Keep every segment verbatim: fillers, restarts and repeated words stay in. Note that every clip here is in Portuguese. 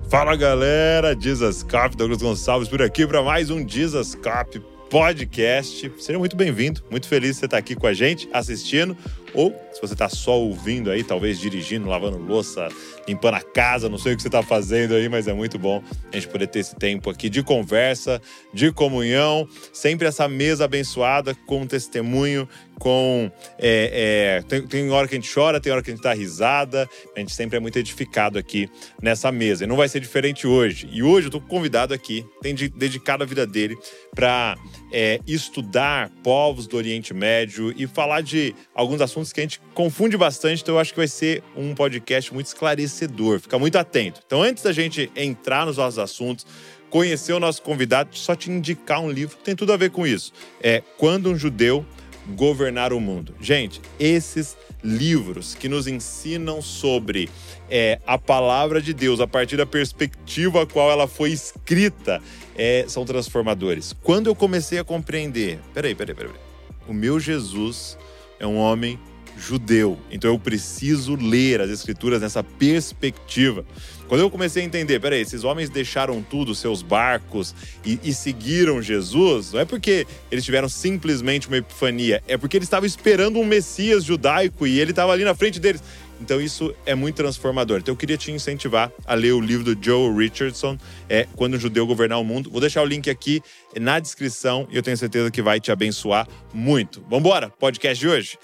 Fala galera, Jesus Cop, Douglas Gonçalves por aqui para mais um Jesus Cop podcast. Seja muito bem-vindo, muito feliz de você estar aqui com a gente, assistindo, ou se você está só ouvindo aí, talvez dirigindo, lavando louça, limpando a casa, não sei o que você está fazendo aí, mas é muito bom a gente poder ter esse tempo aqui de conversa, de comunhão, sempre essa mesa abençoada com testemunho, com… É, é, tem, tem hora que a gente chora, tem hora que a gente dá risada, a gente sempre é muito edificado aqui nessa mesa. E não vai ser diferente hoje. E hoje eu tô convidado aqui, tem de, dedicado a vida dele para é, estudar povos do Oriente Médio e falar de alguns assuntos que a gente confunde bastante, então eu acho que vai ser um podcast muito esclarecedor. Fica muito atento. Então, antes da gente entrar nos nossos assuntos, conhecer o nosso convidado, só te indicar um livro que tem tudo a ver com isso. É Quando um Judeu Governar o Mundo. Gente, esses livros que nos ensinam sobre é, a palavra de Deus a partir da perspectiva a qual ela foi escrita é, são transformadores. Quando eu comecei a compreender, peraí, peraí, peraí, peraí, o meu Jesus é um homem judeu, então eu preciso ler as escrituras nessa perspectiva. Quando eu comecei a entender, peraí, esses homens deixaram tudo, seus barcos, e, e seguiram Jesus, não é porque eles tiveram simplesmente uma epifania, é porque eles estavam esperando um Messias judaico e ele estava ali na frente deles. Então isso é muito transformador. Então eu queria te incentivar a ler o livro do Joel Richardson, é Quando um Judeu Governar o Mundo. Vou deixar o link aqui na descrição e eu tenho certeza que vai te abençoar muito. Vambora, podcast de hoje?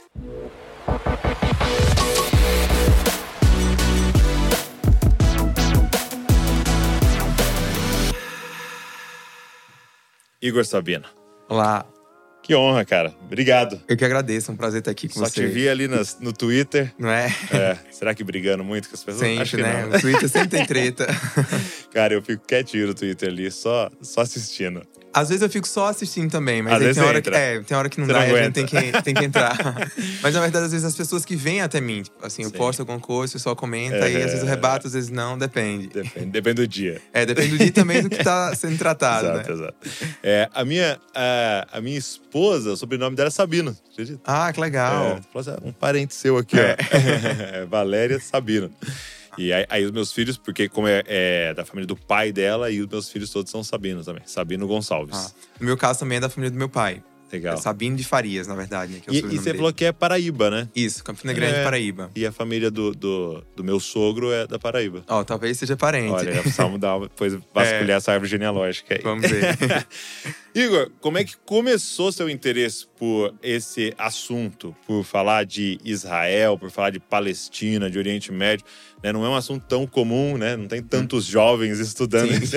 Igor Sabino. Olá. Que honra, cara. Obrigado. Eu que agradeço, é um prazer estar aqui com Só você. Só te vi ali nas, no Twitter. Não é? É. Será que brigando muito com as pessoas? Sempre, Acho que né? não. O Twitter sempre tem treta. Cara, eu fico quietinho no Twitter ali, só, só assistindo. Às vezes eu fico só assistindo também, mas às aí vezes tem hora, entra. que, é, tem hora que não Você dá não e a aguenta. gente tem que, tem que entrar. Mas na verdade, às vezes as pessoas que vêm até mim, tipo, assim, eu Sim. posto alguma coisa, o pessoal comenta É. e às vezes eu rebato, às vezes não, depende. Depende, depende do dia. É, depende do dia também do que está sendo tratado, Exato, né? exato. É, a, minha, a, a minha esposa, o sobrenome dela é Sabino, acredita? Ah, que legal. É, um parente seu aqui, É. ó. É Valéria Sabino. E aí, aí os meus filhos, porque como é, é da família do pai dela, e os meus filhos todos são Sabinos também. Sabino Gonçalves. Ah, no meu caso também é da família do meu pai. Legal. É Sabino de Farias, na verdade. Né, que é o E, e sobrenome você dele. falou que é Paraíba, né? Isso, Campina Grande, É. Paraíba. E a família do, do, do meu sogro é da Paraíba. Ó, talvez seja parente. Olha, já precisamos dar uma, depois vasculhar É. essa árvore genealógica aí. Vamos ver. Igor, como é que começou seu interesse por esse assunto? Por falar de Israel, por falar de Palestina, de Oriente Médio, né? Não é um assunto tão comum, né? Não tem tantos jovens estudando isso.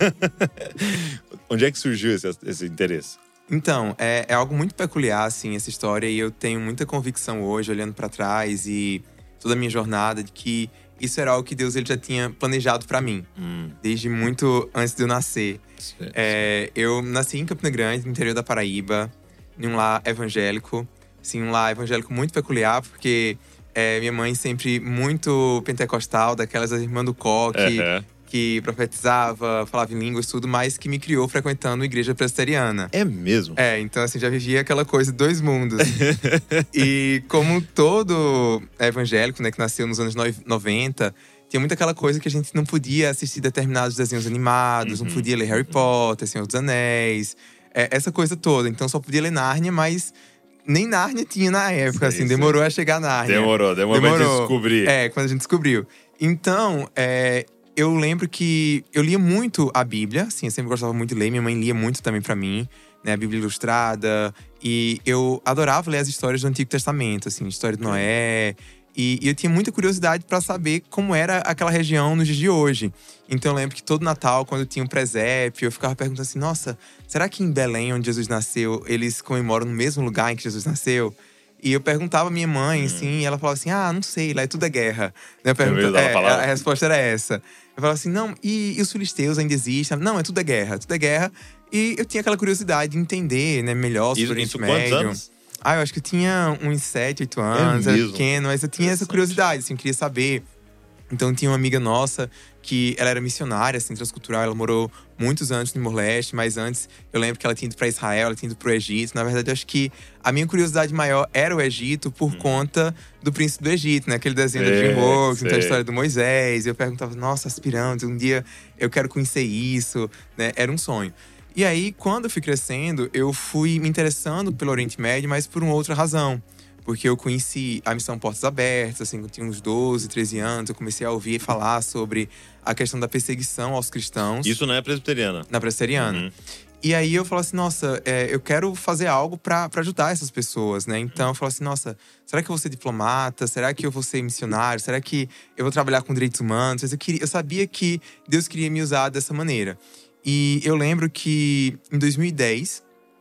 Onde é que surgiu esse, esse interesse? Então, é, é algo muito peculiar, assim, essa história. E eu tenho muita convicção hoje, olhando pra trás e toda a minha jornada, de que isso era algo que Deus ele já tinha planejado pra mim. Hum. Desde muito antes de eu nascer. Sim, É, eu nasci em Campina Grande, no interior da Paraíba, em um lar evangélico. Assim, um lar evangélico muito peculiar, porque é, minha mãe sempre muito pentecostal, daquelas irmãs do coque, Uhum. que profetizava, falava em línguas, tudo, mas que me criou frequentando igreja presbiteriana. É mesmo? É, então assim, já vivia aquela coisa de dois mundos. E como todo evangélico, né, que nasceu nos anos noventa, tinha muito aquela coisa que a gente não podia assistir determinados desenhos animados, Uhum. não podia ler Harry Potter, Senhor dos Anéis, é, essa coisa toda. Então só podia ler Nárnia, mas nem Nárnia tinha na época, Sim, assim, sim. demorou a chegar Nárnia. Demorou, demorou, demorou pra gente descobrir. É, quando a gente descobriu. Então, é, eu lembro que eu lia muito a Bíblia, assim, eu sempre gostava muito de ler. Minha mãe lia muito também pra mim, né, a Bíblia Ilustrada. E eu adorava ler as histórias do Antigo Testamento, assim, história de Noé. E, e eu tinha muita curiosidade pra saber como era aquela região nos dias de hoje. Então eu lembro que todo Natal, quando tinha um presépio, eu ficava perguntando assim, nossa, será que em Belém, onde Jesus nasceu, eles comemoram no mesmo lugar em que Jesus nasceu? E eu perguntava à minha mãe, Hum. assim, e ela falava assim, ah, não sei, lá é tudo é guerra. Eu pergunto, mesmo? Ela é, falava? a resposta era essa. Eu falava assim, não, e, e os filisteus ainda existem? Não, é tudo é guerra, tudo é guerra. E eu tinha aquela curiosidade de entender, né, melhor sobre o Oriente Isso quantos Médio. anos? Ah, eu acho que eu tinha uns sete, oito anos, era mesmo? pequeno, mas eu tinha essa Interessante. curiosidade, assim, eu queria saber Então tinha uma amiga nossa que ela era missionária, assim, transcultural. Ela morou muitos anos no Timor-Leste, mas antes eu lembro que ela tinha ido para Israel, ela tinha ido para o Egito. Na verdade, eu acho que a minha curiosidade maior era o Egito por hum. conta do Príncipe do Egito, né? Aquele desenho é, da DreamWorks, então a história do Moisés. E eu perguntava, nossa, aspirante, um dia eu quero conhecer isso, né? Era um sonho. E aí, quando eu fui crescendo, eu fui me interessando pelo Oriente Médio, mas por uma outra razão. Porque eu conheci a Missão Portas Abertas, assim, quando eu tinha uns doze, treze anos. Eu comecei a ouvir falar sobre a questão da perseguição aos cristãos. Isso na presbiteriana? Na presbiteriana. Uhum. E aí eu falo assim, nossa, é, eu quero fazer algo pra, pra ajudar essas pessoas, né? Então eu falo assim, nossa, será que eu vou ser diplomata? Será que eu vou ser missionário? Será que eu vou trabalhar com direitos humanos? Eu, queria, eu sabia que Deus queria me usar dessa maneira. E eu lembro que em dois mil e dez,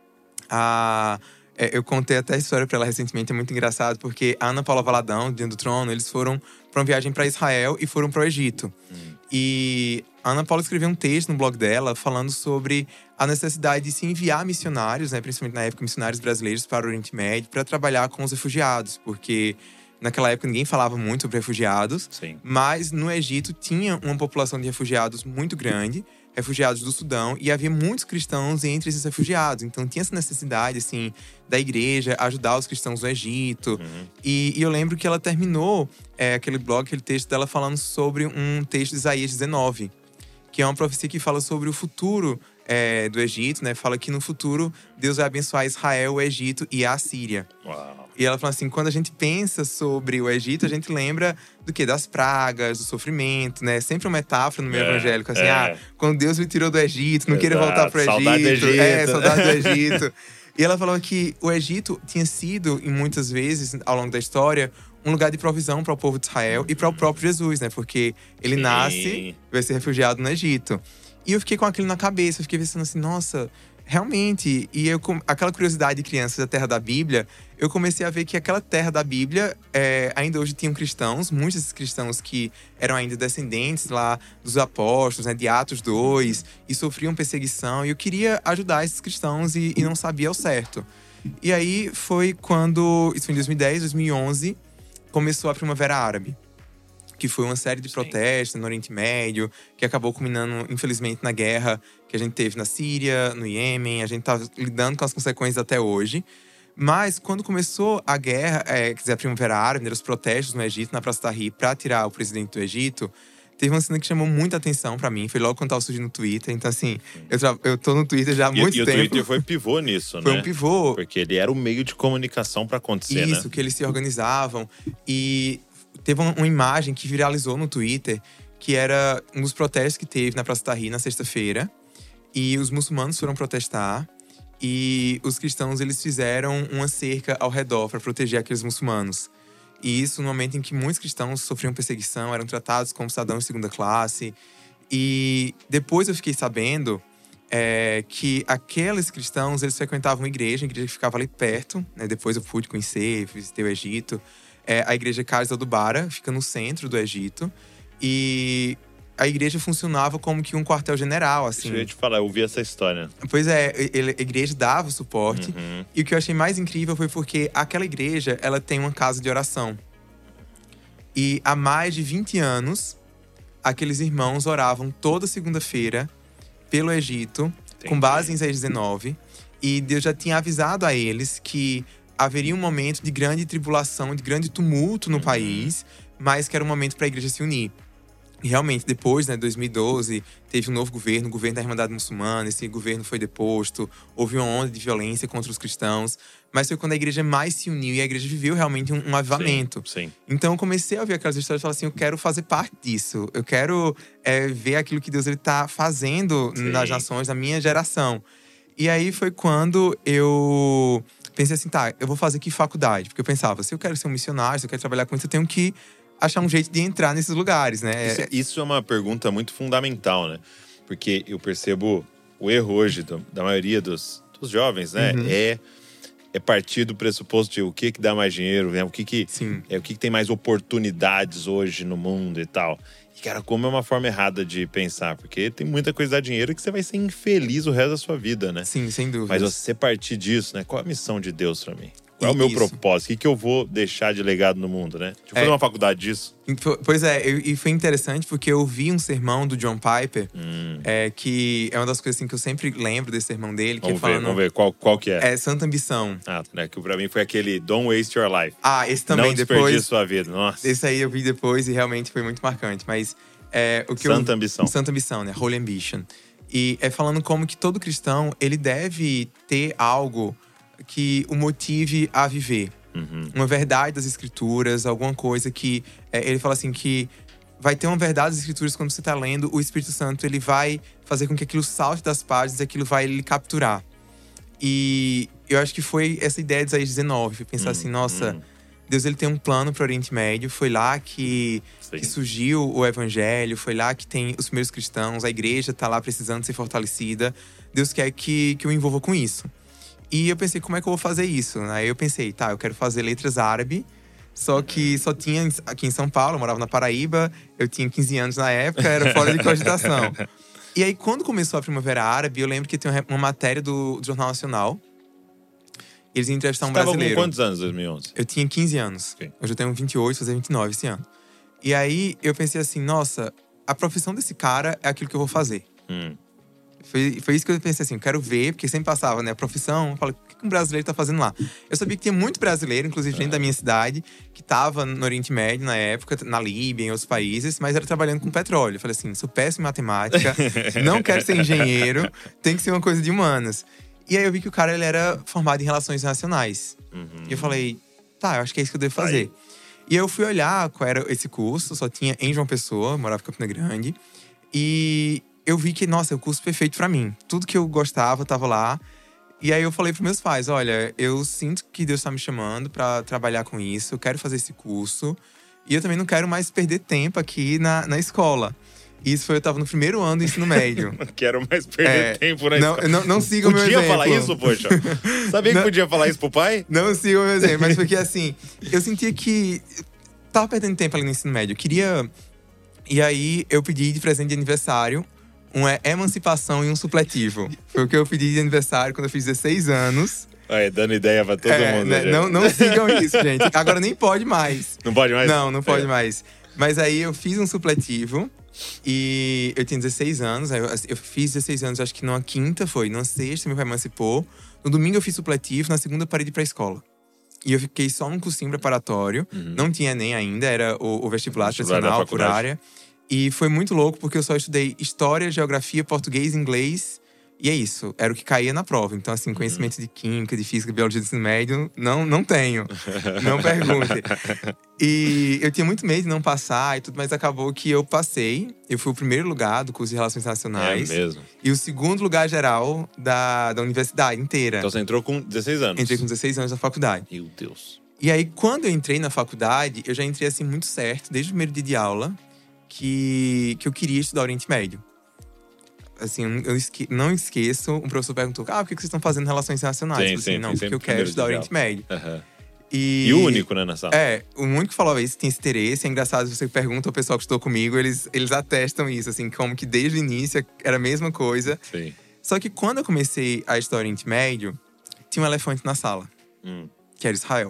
a… É, eu contei até a história pra ela recentemente, é muito engraçado, porque a Ana Paula Valadão, Diante do Trono, eles foram pra uma viagem pra Israel e foram pro Egito. Hum. E a Ana Paula escreveu um texto no blog dela falando sobre a necessidade de se enviar missionários, né, principalmente na época, missionários brasileiros para o Oriente Médio, para trabalhar com os refugiados, porque naquela época ninguém falava muito sobre refugiados. Sim. Mas no Egito tinha uma população de refugiados muito grande, refugiados do Sudão, e havia muitos cristãos entre esses refugiados. Então tinha essa necessidade, assim, da igreja ajudar os cristãos do Egito. Uhum. E, e eu lembro que ela terminou é, aquele blog, aquele texto dela falando sobre um texto de Isaías dezenove, que é uma profecia que fala sobre o futuro é, do Egito, né? Fala que no futuro Deus vai abençoar Israel, o Egito e a Assíria. Uau. E ela fala assim, quando a gente pensa sobre o Egito, a gente lembra do quê? Das pragas, do sofrimento, né? Sempre uma metáfora no meio é, evangélico, assim, é. ah, quando Deus me tirou do Egito, não queria voltar pro Egito. Saudade do Egito. É, saudade do Egito. E ela falou que o Egito tinha sido, em muitas vezes, ao longo da história, um lugar de provisão para o povo de Israel e para o próprio Jesus, né? Porque ele Sim. nasce e vai ser refugiado no Egito. E eu fiquei com aquilo na cabeça, eu fiquei pensando assim, nossa… Realmente, e eu, aquela curiosidade de criança da terra da Bíblia, eu comecei a ver que aquela terra da Bíblia, é, ainda hoje tinham cristãos, muitos desses cristãos que eram ainda descendentes lá dos apóstolos, né, de Atos dois, e sofriam perseguição. E eu queria ajudar esses cristãos e, e não sabia ao certo. E aí foi quando, isso foi em dois mil e dez, dois mil e onze, começou a Primavera Árabe. Que foi uma série de protestos Sim. no Oriente Médio, que acabou culminando, infelizmente, na guerra que a gente teve na Síria, no Iêmen. A gente tá lidando com as consequências até hoje. Mas, quando começou a guerra, é, quer dizer, a Primavera Árabe, os protestos no Egito, na Praça Tahrir, para tirar o presidente do Egito, teve uma cena que chamou muita atenção pra mim. Foi logo quando tava surgindo no Twitter. Então, assim, eu, tra- eu tô no Twitter já há e, muito e tempo. E o Twitter foi pivô nisso, foi né? Foi um pivô. Porque ele era o meio de comunicação pra acontecer, Isso, né? Isso, que eles se organizavam. E… Teve uma imagem que viralizou no Twitter, que era um dos protestos que teve na Praça Tahrir na sexta-feira. E os muçulmanos foram protestar. E os cristãos, eles fizeram uma cerca ao redor para proteger aqueles muçulmanos. E isso no momento em que muitos cristãos sofriam perseguição, eram tratados como cidadãos de segunda classe. E depois eu fiquei sabendo é, que aqueles cristãos, eles frequentavam uma igreja, uma igreja que ficava ali perto, né? Depois eu pude conhecer, visitei o Egito. É a igreja Caris al-Dubara, fica no centro do Egito. E a igreja funcionava como que um quartel-general, assim. Deixa eu te falar, eu ouvi essa história. Pois é, ele, a igreja dava suporte. Uhum. E o que eu achei mais incrível foi porque aquela igreja, ela tem uma casa de oração. E há mais de vinte anos, aqueles irmãos oravam toda segunda-feira pelo Egito, Entendi. com base em Isaías dezenove. E Deus já tinha avisado a eles que haveria um momento de grande tribulação, de grande tumulto no uhum. país, mas que era um momento para a igreja se unir. E realmente, depois, né, dois mil e doze, teve um novo governo, o governo da Irmandade Muçulmana. Esse governo foi deposto, houve uma onda de violência contra os cristãos. Mas foi quando a igreja mais se uniu e a igreja viveu realmente um, um avivamento. Sim, sim. Então eu comecei a ouvir aquelas histórias e falar assim, eu quero fazer parte disso. Eu quero é, ver aquilo que Deus está fazendo sim. nas nações, na minha geração. E aí foi quando eu pensei assim, tá, eu vou fazer que faculdade? Porque eu pensava, se eu quero ser um missionário, se eu quero trabalhar com isso, eu tenho que achar um jeito de entrar nesses lugares, né? Isso, isso é uma pergunta muito fundamental, né? Porque eu percebo o erro hoje do, da maioria dos, dos jovens, né? Uhum. É, é partir do pressuposto de o que que dá mais dinheiro, né? O que que, é, o que que tem mais oportunidades hoje no mundo e tal. E, cara, como é uma forma errada de pensar. Porque tem muita coisa que dá dinheiro que você vai ser infeliz o resto da sua vida, né? Sim, sem dúvida. Mas você partir disso, né? Qual a missão de Deus pra mim? Qual é o meu Isso. propósito? O que, que eu vou deixar de legado no mundo, né? Deixa eu fazer É. uma faculdade disso. Pois é, eu- e foi interessante porque eu vi um sermão do John Piper, Hum. é, que é uma das coisas assim, que eu sempre lembro desse sermão dele, que Vamos é ver, falando… vamos ver. Qual, qual que é? É Santa Ambição. Ah, né? Que pra mim foi aquele Don't Waste Your Life. Ah, esse também, Não desperdice depois… sua vida. Nossa. Esse aí eu vi depois e realmente foi muito marcante. Mas é, o que Santa eu, Ambição. Santa Ambição, né? Holy Ambition. E é falando como que todo cristão, ele deve ter algo que o motive a viver. Uhum. Uma verdade das escrituras, alguma coisa que… É, ele fala assim que vai ter uma verdade das escrituras quando você está lendo. O Espírito Santo, ele vai fazer com que aquilo salte das páginas e aquilo vai lhe capturar. E eu acho que foi essa ideia de Isaías dezenove. Pensar Hum, assim, nossa… hum. Deus, ele tem um plano para o Oriente Médio. Foi lá que, Sim. que surgiu o Evangelho. Foi lá que tem os primeiros cristãos. A igreja tá lá precisando ser fortalecida. Deus quer que, que eu envolva com isso. E eu pensei, como é que eu vou fazer isso? Aí eu pensei, tá, eu quero fazer letras árabe. Só que só tinha aqui em São Paulo, eu morava na Paraíba. Eu tinha quinze anos na época, era fora de cogitação. E aí, quando começou a Primavera Árabe, eu lembro que tinha uma matéria do, do Jornal Nacional. Eles iam entrevistar um Você tava brasileiro. com quantos anos em dois mil e onze? Eu tinha quinze anos. Ok. Hoje eu tenho vinte e oito, vou fazer vinte e nove esse ano. E aí, eu pensei assim, nossa, a profissão desse cara é aquilo que eu vou fazer. Hum. Foi, foi isso que eu pensei assim, eu quero ver, porque sempre passava, né, a profissão. Eu falei, o que que um brasileiro tá fazendo lá? Eu sabia que tinha muito brasileiro, inclusive dentro da minha cidade, que tava no Oriente Médio na época, na Líbia, em outros países, mas era trabalhando com petróleo. Eu falei assim, sou péssimo em matemática, não quero ser engenheiro, tem que ser uma coisa de humanas. E aí eu vi que o cara, ele era formado em relações internacionais. Uhum. E eu falei, tá, eu acho que é isso que eu devo Tá aí. fazer. E aí eu fui olhar qual era esse curso, só tinha em João Pessoa, eu morava em Campina Grande. E eu vi que, nossa, é o curso perfeito pra mim. Tudo que eu gostava tava lá. E aí eu falei pros meus pais, olha, eu sinto que Deus tá me chamando pra trabalhar com isso, eu quero fazer esse curso. E eu também não quero mais perder tempo aqui na, na escola. Isso foi, eu tava no primeiro ano do ensino médio. Não quero mais perder É, tempo na não, escola. não, não sigam o meu Podia exemplo. falar isso, poxa? Sabia que Não. podia falar isso pro pai? Não sigam o meu exemplo, mas porque assim, eu sentia que tava perdendo tempo ali no ensino médio. Eu queria… E aí, eu pedi de presente de aniversário uma emancipação e um supletivo. Foi o que eu pedi de aniversário quando eu fiz dezesseis anos. Aí, dando ideia pra todo É, mundo. né, gente. não, não sigam isso, gente. Agora nem pode mais. Não pode mais? Não, não pode É. mais. Mas aí, eu fiz um supletivo. E eu tinha dezesseis anos. Aí eu, eu fiz dezesseis anos, acho que numa quinta foi. Numa sexta, meu pai emancipou. No domingo, eu fiz supletivo. Na segunda, eu parei de ir pra escola. E eu fiquei só num cursinho preparatório. Uhum. Não tinha nem ainda, era o, o vestibular Vestibular da tradicional por faculdade. área. E foi muito louco, porque eu só estudei história, geografia, português, inglês. E é isso, era o que caía na prova. Então, assim, conhecimento de química, de física, de biologia do ensino médio, não, não tenho. Não pergunte. E eu tinha muito medo de não passar e tudo, mas acabou que eu passei. Eu fui o primeiro lugar do curso de Relações É Internacionais. mesmo. E o segundo lugar geral da, da universidade inteira. Então você entrou com dezesseis anos. Entrei com dezesseis anos na faculdade. Meu Deus. E aí, quando eu entrei na faculdade, eu já entrei assim muito certo, desde o primeiro dia de aula, que, que eu queria estudar Oriente Médio. Assim, eu esque- não esqueço, um professor perguntou: ah, por que vocês estão fazendo relações internacionais? Sim, Eu falei assim, sim, não, tem porque sempre eu quero primeiro estudar dia de Oriente Médio. Aham. E, E o único, né, na sala? É, o único que falava isso tinha esse interesse. É engraçado, você pergunta ao pessoal que estudou comigo, eles, eles atestam isso, assim, como que desde o início era a mesma coisa. Sim. Só que quando eu comecei a estudar Oriente Médio, tinha um elefante na sala, Hum. que era Israel.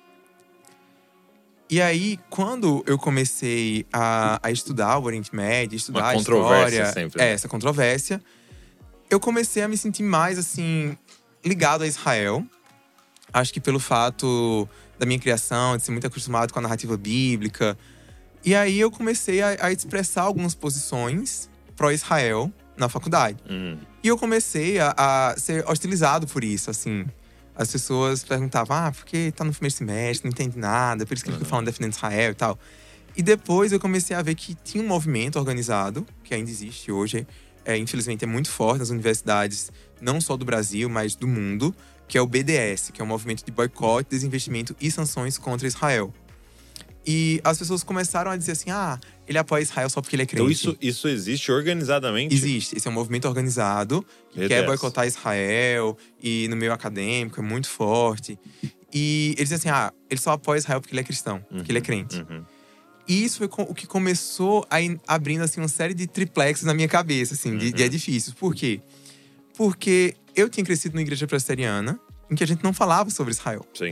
E aí, quando eu comecei a, a estudar o Oriente Médio, estudar Uma a controvérsia história, sempre, é, né? essa controvérsia, eu comecei a me sentir mais, assim, ligado a Israel. Acho que pelo fato da minha criação, de ser muito acostumado com a narrativa bíblica. E aí, eu comecei a, a expressar algumas posições pró-Israel na faculdade. Hum. E eu comecei a, a ser hostilizado por isso, assim. As pessoas perguntavam, ah, porque tá no primeiro semestre, não entende nada, por isso que ele fica falando defendendo Israel e tal. E depois eu comecei a ver que tinha um movimento organizado, que ainda existe hoje, é, infelizmente é muito forte nas universidades, não só do Brasil, mas do mundo, que é o B D S, que é um movimento de boicote, desinvestimento e sanções contra Israel. E as pessoas começaram a dizer assim, ah, ele apoia Israel só porque ele é crente. Então isso, isso existe organizadamente? Existe. Esse é um movimento organizado que B D S. quer boicotar Israel. E no meio acadêmico é muito forte. E eles dizem assim, ah, ele só apoia Israel porque ele é cristão, porque ele é crente. Uhum. E isso foi co- o que começou a ir abrindo assim, uma série de triplexes na minha cabeça, assim, de, de Uhum. edifícios. Por quê? Porque eu tinha crescido numa igreja presbiteriana em que a gente não falava sobre Israel. Sim.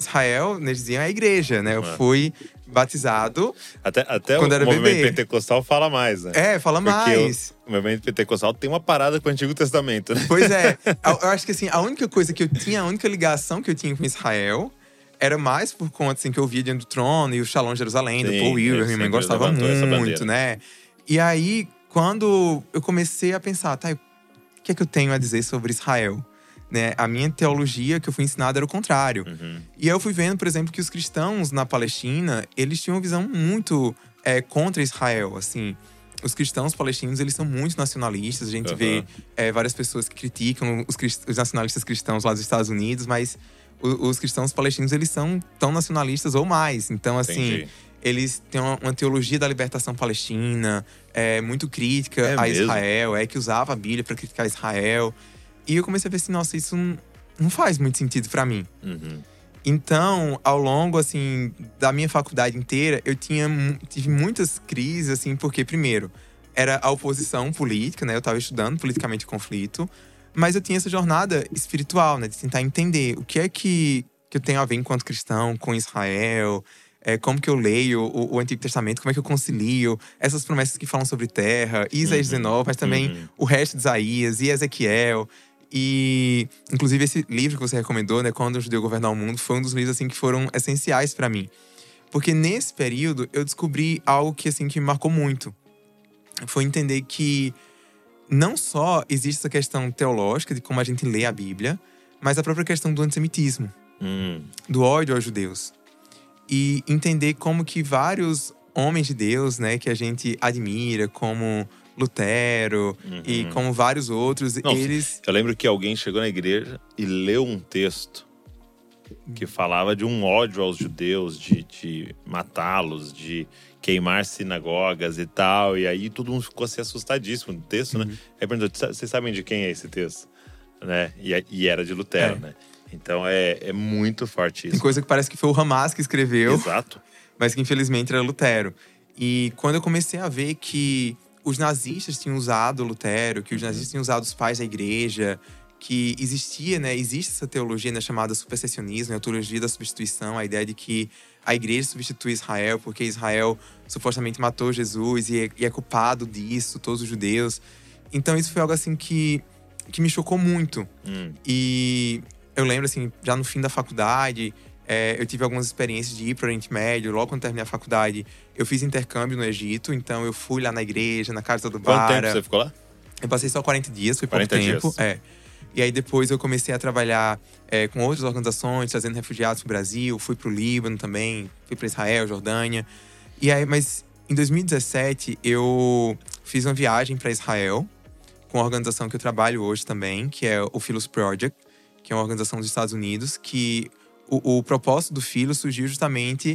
Israel, eles diziam, é a igreja, né? Eu Ah. fui batizado Até, até quando o era movimento bebê. pentecostal fala mais, né? É, fala Porque mais. O, o movimento pentecostal tem uma parada com o Antigo Testamento, né? Pois é. Eu, eu acho que assim, a única coisa que eu tinha, a única ligação que eu tinha com Israel era mais por conta, assim, que eu via diante do trono e o Shalom Jerusalém, do Sim, Paul ele Wilber, minha mãe sempre gostava levantou essa muito, bandeira. né? E aí, quando eu comecei a pensar, tá, o que é que eu tenho a dizer sobre Israel? Né? A minha teologia que eu fui ensinada era o contrário. Uhum. E eu fui vendo, por exemplo, que os cristãos na Palestina, eles tinham uma visão muito é, contra Israel, assim. Os cristãos palestinos, eles são muito nacionalistas. A gente Uhum. vê é, várias pessoas que criticam os, crist- os nacionalistas cristãos lá dos Estados Unidos, mas o- os cristãos palestinos, eles são tão nacionalistas ou mais. Então, assim, Entendi. eles têm uma, uma teologia da libertação palestina, é, muito crítica É a mesmo? Israel, é que usava a Bíblia para criticar Israel. E eu comecei a ver assim, nossa, isso não, não faz muito sentido para mim. Uhum. Então, ao longo, assim, da minha faculdade inteira, eu tinha, mu- tive muitas crises, assim, porque, primeiro, era a oposição política, né? Eu estava estudando politicamente o conflito. Mas eu tinha essa jornada espiritual, né? De tentar entender o que é que, que eu tenho a ver enquanto cristão com Israel. É, como que eu leio o, o Antigo Testamento, como é que eu concilio essas promessas que falam sobre terra. E Isaías Uhum, dezenove, mas também uhum. o resto de Isaías e Ezequiel. E, inclusive, esse livro que você recomendou, né, Quando o Judeu Governar o Mundo, foi um dos livros assim que foram essenciais para mim, porque nesse período eu descobri algo que assim que me marcou muito. Foi entender que não só existe essa questão teológica de como a gente lê a Bíblia, mas a própria questão do antissemitismo, Hum. do ódio aos judeus, e entender como que vários homens de Deus, né, que a gente admira, como Lutero Uhum. e como vários outros, Não, eles Eu lembro que alguém chegou na igreja e leu um texto que falava de um ódio aos judeus, de, de matá-los, de queimar sinagogas e tal. E aí todo mundo ficou assim assustadíssimo do texto, né? Aí perguntou, vocês sabem de quem é esse texto? Né? E, e era de Lutero, É. né? Então é, é muito forte tem isso. coisa que parece que foi o Hamas que escreveu, Exato. mas que infelizmente era Lutero. E quando eu comecei a ver que os nazistas tinham usado Lutero, que os nazistas tinham usado os pais da igreja, que existia, né, existe essa teologia, né, chamada supersessionismo, a teologia da substituição, a ideia de que a igreja substitui Israel porque Israel supostamente matou Jesus e é, e é culpado disso, todos os judeus. Então isso foi algo assim que, que me chocou muito. Hum. E eu lembro, assim, já no fim da faculdade, é, eu tive algumas experiências de ir para o Oriente Médio. Logo quando terminei a faculdade, eu fiz intercâmbio no Egito. Então eu fui lá na igreja, na casa do Quanto tempo Bara. você ficou lá? Eu passei só quarenta dias, foi pouco quarenta tempo. dias. É. E aí depois eu comecei a trabalhar é, com outras organizações, trazendo refugiados pro Brasil. Fui pro Líbano também, fui para Israel, Jordânia. E aí, mas em dois mil e dezessete, eu fiz uma viagem para Israel com a organização que eu trabalho hoje também, que é o Philos Project, que é uma organização dos Estados Unidos, que o, o propósito do Philos surgiu justamente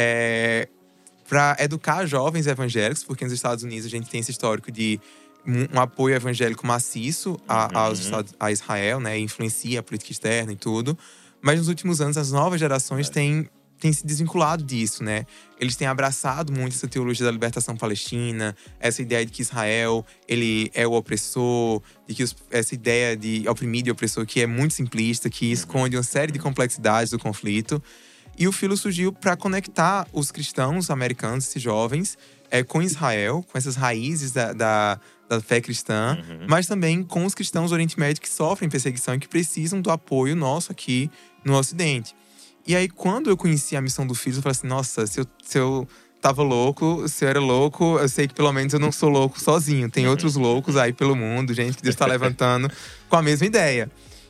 é, para educar jovens evangélicos, porque nos Estados Unidos a gente tem esse histórico de um, um apoio evangélico maciço a, Uhum. aos Estados, a Israel, né? Influencia a política externa e tudo. Mas nos últimos anos, as novas gerações É. têm, têm se desvinculado disso, né? Eles têm abraçado muito essa teologia da libertação palestina, essa ideia de que Israel, ele é o opressor, de que os, essa ideia de oprimido e opressor que é muito simplista, que esconde uma série de complexidades do conflito. E o Filo surgiu para conectar os cristãos americanos, esses jovens, é, com Israel, com essas raízes da, da, da fé cristã, Uhum. mas também com os cristãos do Oriente Médio que sofrem perseguição e que precisam do apoio nosso aqui no Ocidente. E aí, quando eu conheci a missão do Filo, eu falei assim, nossa, se eu, se eu tava louco, se eu era louco, eu sei que pelo menos eu não sou louco sozinho. Tem outros loucos aí pelo mundo, gente que Deus tá levantando com a mesma ideia.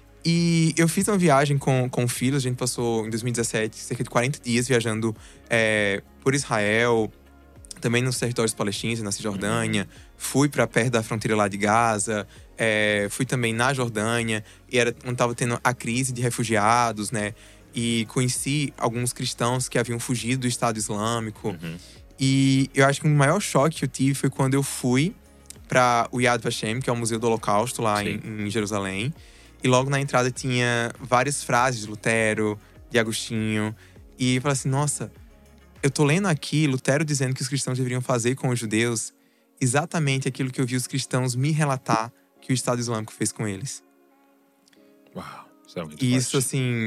E eu fiz uma viagem com, com o Filhos. A gente passou, em dois mil e dezessete, cerca de quarenta dias viajando é, por Israel, também nos territórios palestinos, na Cisjordânia. Fui para perto da fronteira lá de Gaza. É, fui também na Jordânia. E era quando tava tendo a crise de refugiados, né? E conheci alguns cristãos que haviam fugido do Estado Islâmico. Uhum. E eu acho que o maior choque que eu tive foi quando eu fui para o Yad Vashem, que é o Museu do Holocausto lá em, em Jerusalém. E logo na entrada tinha várias frases de Lutero, de Agostinho. E eu falei assim, nossa, eu tô lendo aqui Lutero dizendo que os cristãos deveriam fazer com os judeus exatamente aquilo que eu vi os cristãos me relatar que o Estado Islâmico fez com eles. Uau, isso é muito E isso, forte. assim,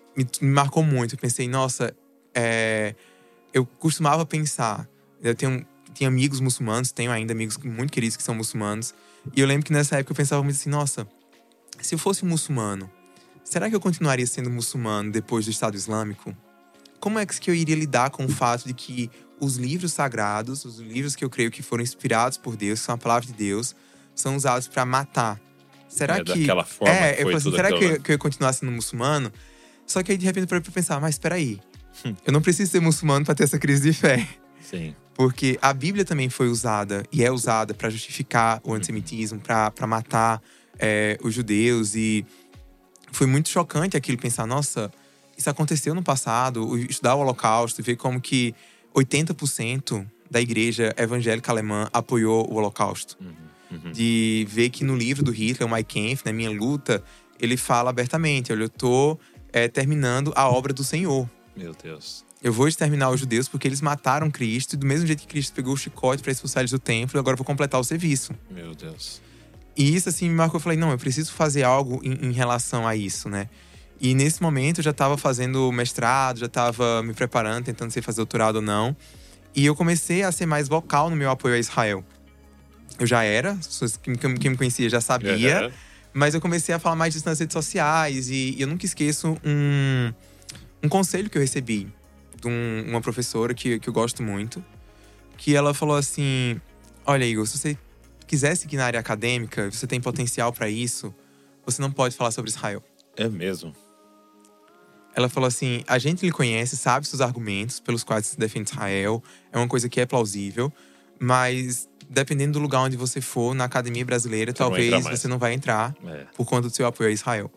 me, me marcou muito. Eu pensei, nossa, é, eu costumava pensar… Eu tenho, tenho amigos muçulmanos, tenho ainda amigos muito queridos que são muçulmanos. E eu lembro que nessa época eu pensava muito assim, nossa, se eu fosse um muçulmano, será que eu continuaria sendo muçulmano depois do Estado Islâmico? Como é que eu iria lidar com o fato de que os livros sagrados, os livros que eu creio que foram inspirados por Deus, que são a palavra de Deus, são usados para matar? Será é, que… daquela forma é, que eu foi falei assim, tudo será que aquilo, eu, que eu ia continuar sendo muçulmano? Só que aí, de repente, eu parei pra pensar, mas espera aí. Eu não preciso ser muçulmano para ter essa crise de fé. Sim. Porque a Bíblia também foi usada e é usada para justificar o antissemitismo, para matar é, os judeus. E foi muito chocante aquilo, pensar, nossa, isso aconteceu no passado. Estudar o Holocausto, ver como que oitenta por cento da igreja evangélica alemã apoiou o Holocausto. Uhum, uhum. De ver que no livro do Hitler, o Mein Kampf, na Minha Luta, ele fala abertamente, olha, eu tô é, terminando a obra do Senhor. Meu Deus. Eu vou exterminar os judeus porque eles mataram Cristo. E do mesmo jeito que Cristo pegou o chicote para expulsar eles do templo, agora eu vou completar o serviço. Meu Deus. E isso, assim, me marcou. Eu falei, não, eu preciso fazer algo em, em relação a isso, né? E nesse momento eu já estava fazendo mestrado, já estava me preparando, tentando se fazer doutorado ou não. E eu comecei a ser mais vocal no meu apoio a Israel. Eu já era, quem me conhecia já sabia. Uhum. Mas eu comecei a falar mais disso nas redes sociais. E, e eu nunca esqueço um, um conselho que eu recebi de um, uma professora que, que eu gosto muito. Que ela falou assim, olha, Igor, se você quiser seguir na área acadêmica, você tem potencial para isso, você não pode falar sobre Israel. É mesmo? Ela falou assim, a gente lhe conhece, sabe seus argumentos pelos quais você defende Israel. É uma coisa que é plausível. Mas dependendo do lugar onde você for, na academia brasileira, você talvez não você não vai entrar é. por conta do seu apoio a Israel.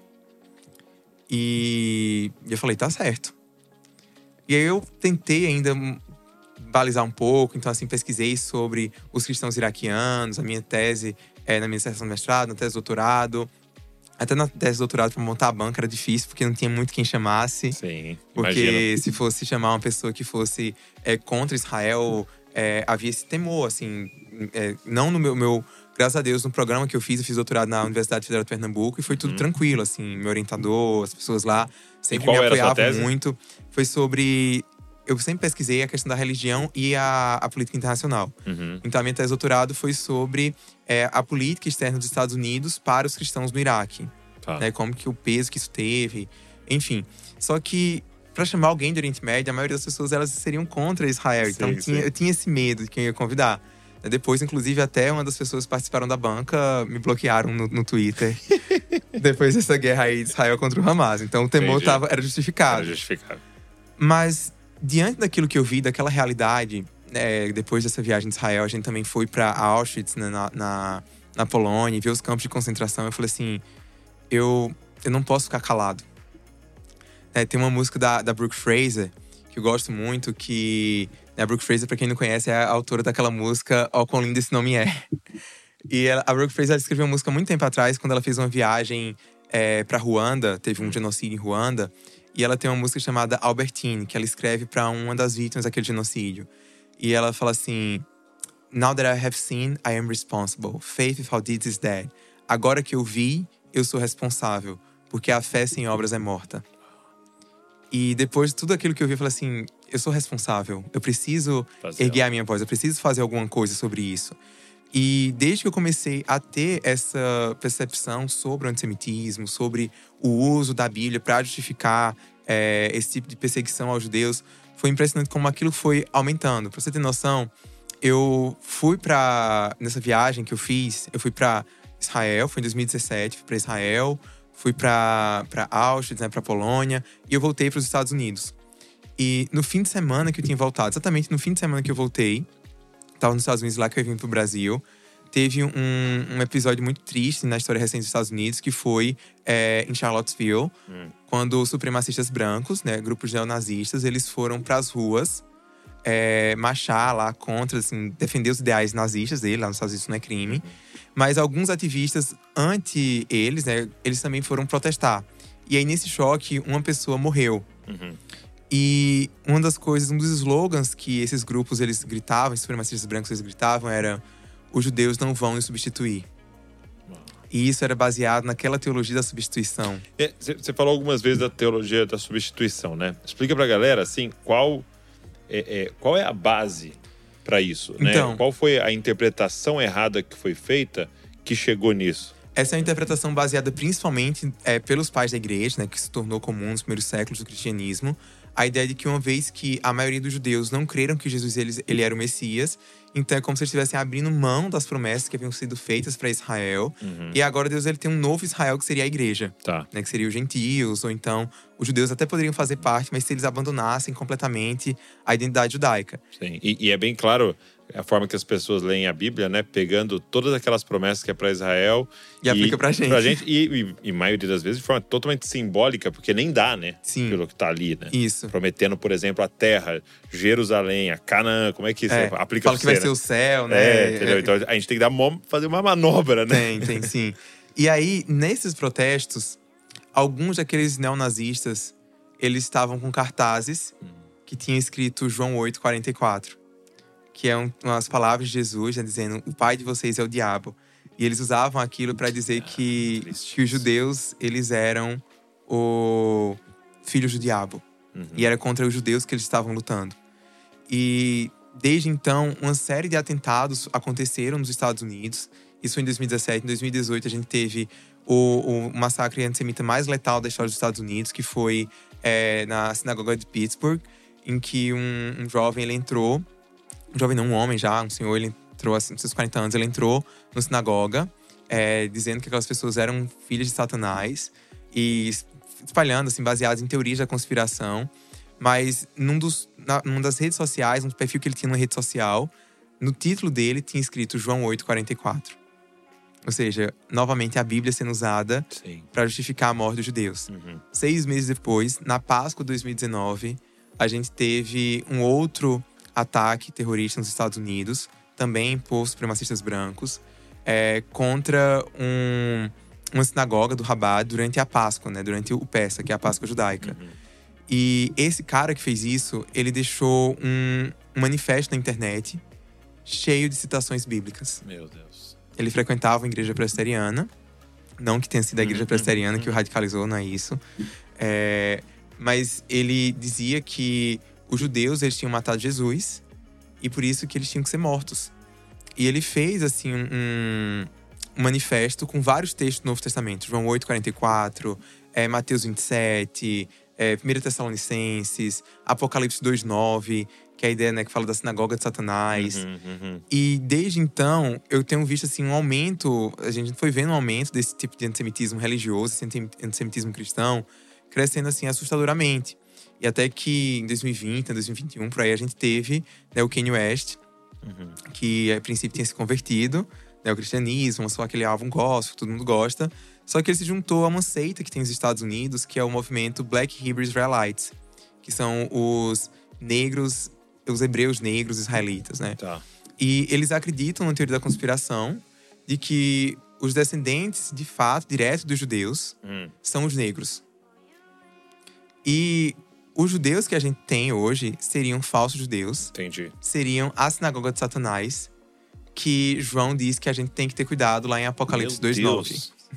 E eu falei, tá certo. E aí eu tentei ainda balizar um pouco. Então, assim, pesquisei sobre os cristãos iraquianos. A minha tese é na minha dissertação de mestrado, na tese de doutorado. Até na tese de doutorado, para montar a banca era difícil, porque não tinha muito quem chamasse. Sim, porque imagino. se fosse chamar uma pessoa que fosse é, contra Israel, é, havia esse temor, assim. É, não no meu, meu… Graças a Deus, no programa que eu fiz, eu fiz doutorado na Universidade Federal de Pernambuco. E foi tudo uhum. tranquilo, assim. Meu orientador, as pessoas lá sempre qual me era a sua apoiavam tese? muito. Foi sobre… Eu sempre pesquisei a questão da religião e a, a política internacional. Uhum. Então, a minha tese de doutorado foi sobre é, a política externa dos Estados Unidos para os cristãos no Iraque. Tá. Né, como que o peso que isso teve, enfim. Só que, para chamar alguém do Oriente Médio, a maioria das pessoas elas seriam contra Israel. Sim, então, tinha, eu tinha esse medo de quem ia convidar. Depois, inclusive, até uma das pessoas que participaram da banca me bloquearam no, no Twitter. Depois dessa guerra aí de Israel contra o Hamas. Então, o temor tava, era justificado. Era justificado. Mas, diante daquilo que eu vi, daquela realidade… É, depois dessa viagem de Israel, a gente também foi para Auschwitz, né, na, na, na Polônia, ver os campos de concentração. Eu falei assim… Eu, eu não posso ficar calado. É, tem uma música da, da Brooke Fraser, que eu gosto muito, que… A Brooke Fraser, pra quem não conhece, é a autora daquela música Ó Quão Lindo Esse Nome É. E ela, a Brooke Fraser ela escreveu uma música muito tempo atrás, quando ela fez uma viagem é, pra Ruanda. Teve um genocídio em Ruanda. E ela tem uma música chamada Albertine, que ela escreve pra uma das vítimas daquele genocídio. E ela fala assim… Now that I have seen, I am responsible. Faith without deeds is dead. Agora que eu vi, eu sou responsável, porque a fé sem obras é morta. E depois de tudo aquilo que eu vi, eu falei assim, eu sou responsável. Eu preciso fazer erguer algo. a minha voz, eu preciso fazer alguma coisa sobre isso. E desde que eu comecei a ter essa percepção sobre o antissemitismo, sobre o uso da Bíblia para justificar é, esse tipo de perseguição aos judeus, foi impressionante como aquilo foi aumentando. Para você ter noção, eu fui para… Nessa viagem que eu fiz, eu fui para Israel, foi em dois mil e dezessete, fui para Israel, fui para Auschwitz, né, para Polônia, e eu voltei para os Estados Unidos. E no fim de semana que eu tinha voltado, exatamente no fim de semana que eu voltei, estava nos Estados Unidos, lá que eu vim para o Brasil, teve um, um episódio muito triste na história recente dos Estados Unidos, que foi é, em Charlottesville, hum. quando os supremacistas brancos, né, grupos neonazistas, eles foram para as ruas é, marchar lá contra, assim, defender os ideais nazistas dele, lá nos Estados Unidos não é crime. Mas alguns ativistas anti eles, né, eles também foram protestar. E aí, nesse choque, uma pessoa morreu. Uhum. E uma das coisas, um dos slogans que esses grupos, eles gritavam, os supremacistas brancos, eles gritavam, era: os judeus não vão nos substituir. Uau. E isso era baseado naquela teologia da substituição. Você é, falou algumas vezes da teologia da substituição, né? Explica pra galera, assim, qual é, é, qual é a base para isso, então, né? Qual foi a interpretação errada que foi feita que chegou nisso? Essa é uma interpretação baseada principalmente é, pelos pais da igreja, né? Que se tornou comum nos primeiros séculos do cristianismo. A ideia de que uma vez que a maioria dos judeus não creram que Jesus ele, ele era o Messias, então é como se eles estivessem abrindo mão das promessas que haviam sido feitas para Israel. Uhum. E agora Deus ele tem um novo Israel que seria a igreja, tá. né, que seria os gentios, ou então os judeus até poderiam fazer parte, mas se eles abandonassem completamente a identidade judaica. Sim, e, e é bem claro a forma que as pessoas leem a Bíblia, né? Pegando todas aquelas promessas que é para Israel e, e aplica pra gente. Pra gente e, e, e maioria das vezes de forma totalmente simbólica, porque nem dá, né? Sim. Pelo que tá ali, né? Isso. Prometendo, por exemplo, a terra, Jerusalém, a Canaã. Como é que isso é, aplica fala pra que vai né? ser o céu, né? É, entendeu? Então a gente tem que dar uma, fazer uma manobra, né? Tem, tem sim. E aí, nesses protestos, alguns daqueles neonazistas, eles estavam com cartazes que tinham escrito João oito, quarenta e quatro. Que é um, umas palavras de Jesus, né, dizendo o pai de vocês é o diabo. E eles usavam aquilo para dizer que, que os judeus, eles eram o filhos do diabo. Uhum. E era contra os judeus que eles estavam lutando. E desde então, uma série de atentados aconteceram nos Estados Unidos. Isso foi em dois mil e dezessete. Em dois mil e dezoito, a gente teve o, o massacre antissemita mais letal da história dos Estados Unidos, que foi é, na sinagoga de Pittsburgh, em que um, um jovem ele entrou. Um jovem não, um homem já, um senhor, ele entrou assim, nos seus quarenta anos, ele entrou na sinagoga, é, dizendo que aquelas pessoas eram filhas de Satanás e espalhando, assim, baseados em teorias da conspiração. Mas num dos, na, numa das redes sociais, um perfil que ele tinha numa rede social, no título dele tinha escrito João oito, quarenta e quatro. Ou seja, novamente a Bíblia sendo usada para justificar a morte dos judeus. Uhum. Seis meses depois, na Páscoa de dois mil e dezenove, a gente teve um outro ataque terrorista nos Estados Unidos, também por supremacistas brancos, é, contra um, uma sinagoga do Rabat durante a Páscoa, né? Durante o Pessa, que é a Páscoa judaica. Uhum. E esse cara que fez isso, ele deixou um, um manifesto na internet cheio de citações bíblicas. Meu Deus. Ele frequentava uma igreja presbiteriana. Não que tenha sido a igreja uhum. presbiteriana que o radicalizou, não é isso. É, mas ele dizia que os judeus, eles tinham matado Jesus e por isso que eles tinham que ser mortos. E ele fez, assim, um, um manifesto com vários textos do Novo Testamento. João oito, quarenta e quatro, é, Mateus vinte e sete, é, primeira Tessalonicenses, Apocalipse dois, nove, que é a ideia, né, que fala da sinagoga de Satanás. Uhum, uhum. E desde então, eu tenho visto, assim, um aumento… A gente foi vendo um aumento desse tipo de antissemitismo religioso, esse antissemitismo cristão, crescendo, assim, assustadoramente. E até que em dois mil e vinte, dois mil e vinte e um, por aí, a gente teve, né, o Kanye West, uhum. que a princípio tinha se convertido, né, ao cristianismo, lançou aquele álbum gospel, que todo mundo gosta. Só que ele se juntou a uma seita que tem nos Estados Unidos, que é o movimento Black Hebrew Israelites, que são os negros, os hebreus negros israelitas, né? Tá. E eles acreditam na teoria da conspiração de que os descendentes, de fato, direto dos judeus, hum. são os negros. E os judeus que a gente tem hoje seriam falsos judeus. Entendi. Seriam a sinagoga de Satanás, que João diz que a gente tem que ter cuidado lá em Apocalipse dois, nove.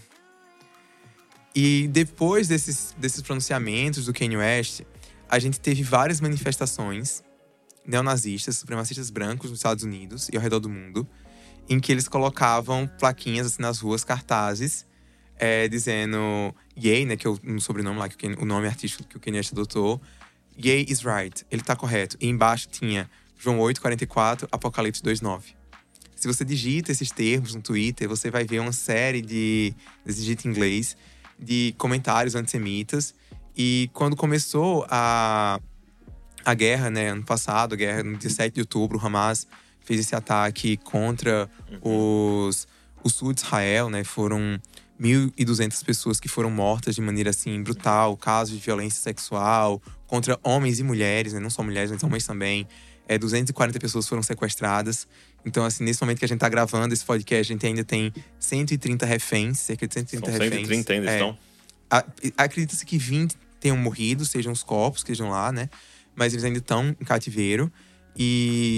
E depois desses, desses pronunciamentos do Kanye West, a gente teve várias manifestações neonazistas, supremacistas brancos nos Estados Unidos e ao redor do mundo, em que eles colocavam plaquinhas assim nas ruas, cartazes, É, dizendo Ye, né, que é o um sobrenome lá, que o, o nome artístico que o Kanye West adotou. Ye is right, ele tá correto. E embaixo tinha João oito, quarenta e quatro, Apocalipse dois, nove. Se você digita esses termos no Twitter, você vai ver uma série de, digita em inglês, de comentários antissemitas. E quando começou a, a guerra, né, ano passado, a guerra no dezessete de outubro, o Hamas fez esse ataque contra uhum. os, o sul de Israel, né, foram mil e duzentas pessoas que foram mortas de maneira, assim, brutal. Casos de violência sexual contra homens e mulheres, né? Não só mulheres, mas homens também. É, duzentas e quarenta pessoas foram sequestradas. Então, assim, nesse momento que a gente tá gravando esse podcast, a gente ainda tem cento e trinta reféns, cerca de cento e trinta São reféns. cento e trinta ainda é, estão? Acredita-se que vinte tenham morrido, sejam os corpos que estejam lá, né? Mas eles ainda estão em cativeiro. E,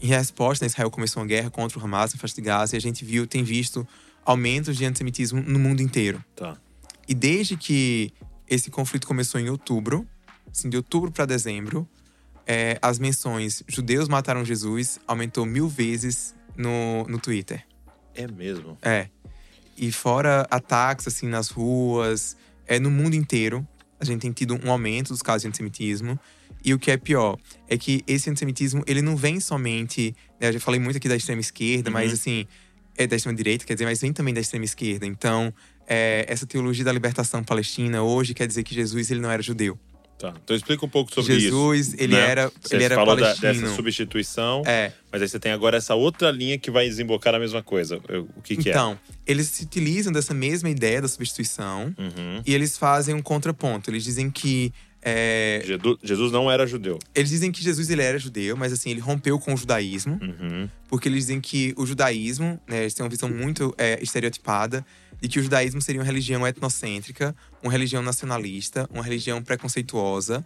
em resposta, né, Israel começou uma guerra contra o Hamas na faixa de Gaza. E a gente viu, tem visto aumentos de antissemitismo no mundo inteiro. Tá. E desde que esse conflito começou em outubro, assim, de outubro para dezembro, é, as menções judeus mataram Jesus aumentou mil vezes no, no Twitter. É mesmo? É. E fora ataques, assim, nas ruas, é, no mundo inteiro, a gente tem tido um aumento dos casos de antissemitismo. E o que é pior é que esse antissemitismo, ele não vem somente… Né, eu já falei muito aqui da extrema esquerda, uhum. mas assim… É da extrema direita, quer dizer, mas vem também da extrema esquerda. Então, é, essa teologia da libertação palestina hoje quer dizer que Jesus, ele não era judeu. Tá. Então explica um pouco sobre Jesus, isso. Jesus, ele né? era, você ele era falou palestino. Da, dessa substituição, é. mas aí você tem agora essa outra linha que vai desembocar na mesma coisa. O que, que então, é? Então, eles se utilizam dessa mesma ideia da substituição uhum. e eles fazem um contraponto. Eles dizem que… É, Jesus não era judeu. Eles dizem que Jesus ele era judeu, mas assim, ele rompeu com o judaísmo. Uhum. Porque eles dizem que o judaísmo, né, eles têm uma visão muito é, estereotipada de que o judaísmo seria uma religião etnocêntrica, uma religião nacionalista, uma religião preconceituosa,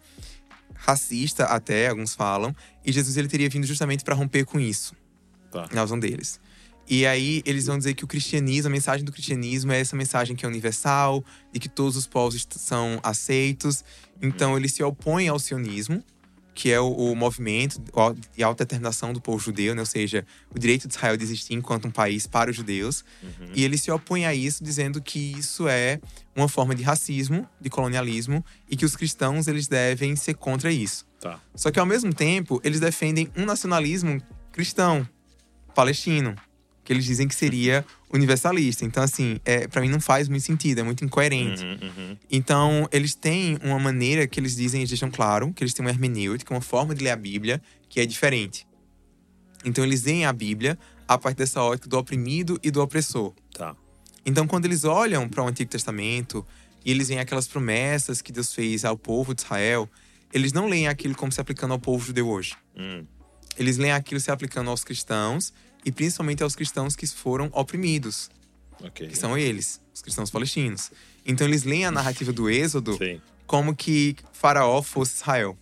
racista até, alguns falam. E Jesus ele teria vindo justamente para romper com isso, tá. na visão deles. E aí, eles vão dizer que o cristianismo, a mensagem do cristianismo é essa mensagem que é universal, de que todos os povos são aceitos. Então, eles se opõem ao sionismo, que é o, o movimento de autodeterminação do povo judeu, né? Ou seja, o direito de Israel de existir enquanto um país para os judeus. Uhum. E eles se opõem a isso, dizendo que isso é uma forma de racismo, de colonialismo, e que os cristãos eles devem ser contra isso. Tá. Só que, ao mesmo tempo, eles defendem um nacionalismo cristão, palestino, que eles dizem que seria universalista. Então, assim, é, para mim não faz muito sentido, é muito incoerente. Uhum, uhum. Então, eles têm uma maneira que eles dizem, eles deixam claro, que eles têm uma hermenêutica, uma forma de ler a Bíblia que é diferente. Então, eles leem a Bíblia a partir dessa ótica do oprimido e do opressor. Tá. Então, quando eles olham para o Antigo Testamento e eles veem aquelas promessas que Deus fez ao povo de Israel, eles não leem aquilo como se aplicando ao povo judeu hoje. Hum. Eles leem aquilo se aplicando aos cristãos e principalmente aos cristãos que foram oprimidos. Okay. Que são eles, os cristãos palestinos. Então eles leem a narrativa do Êxodo Sim. como que Faraó fosse Israel.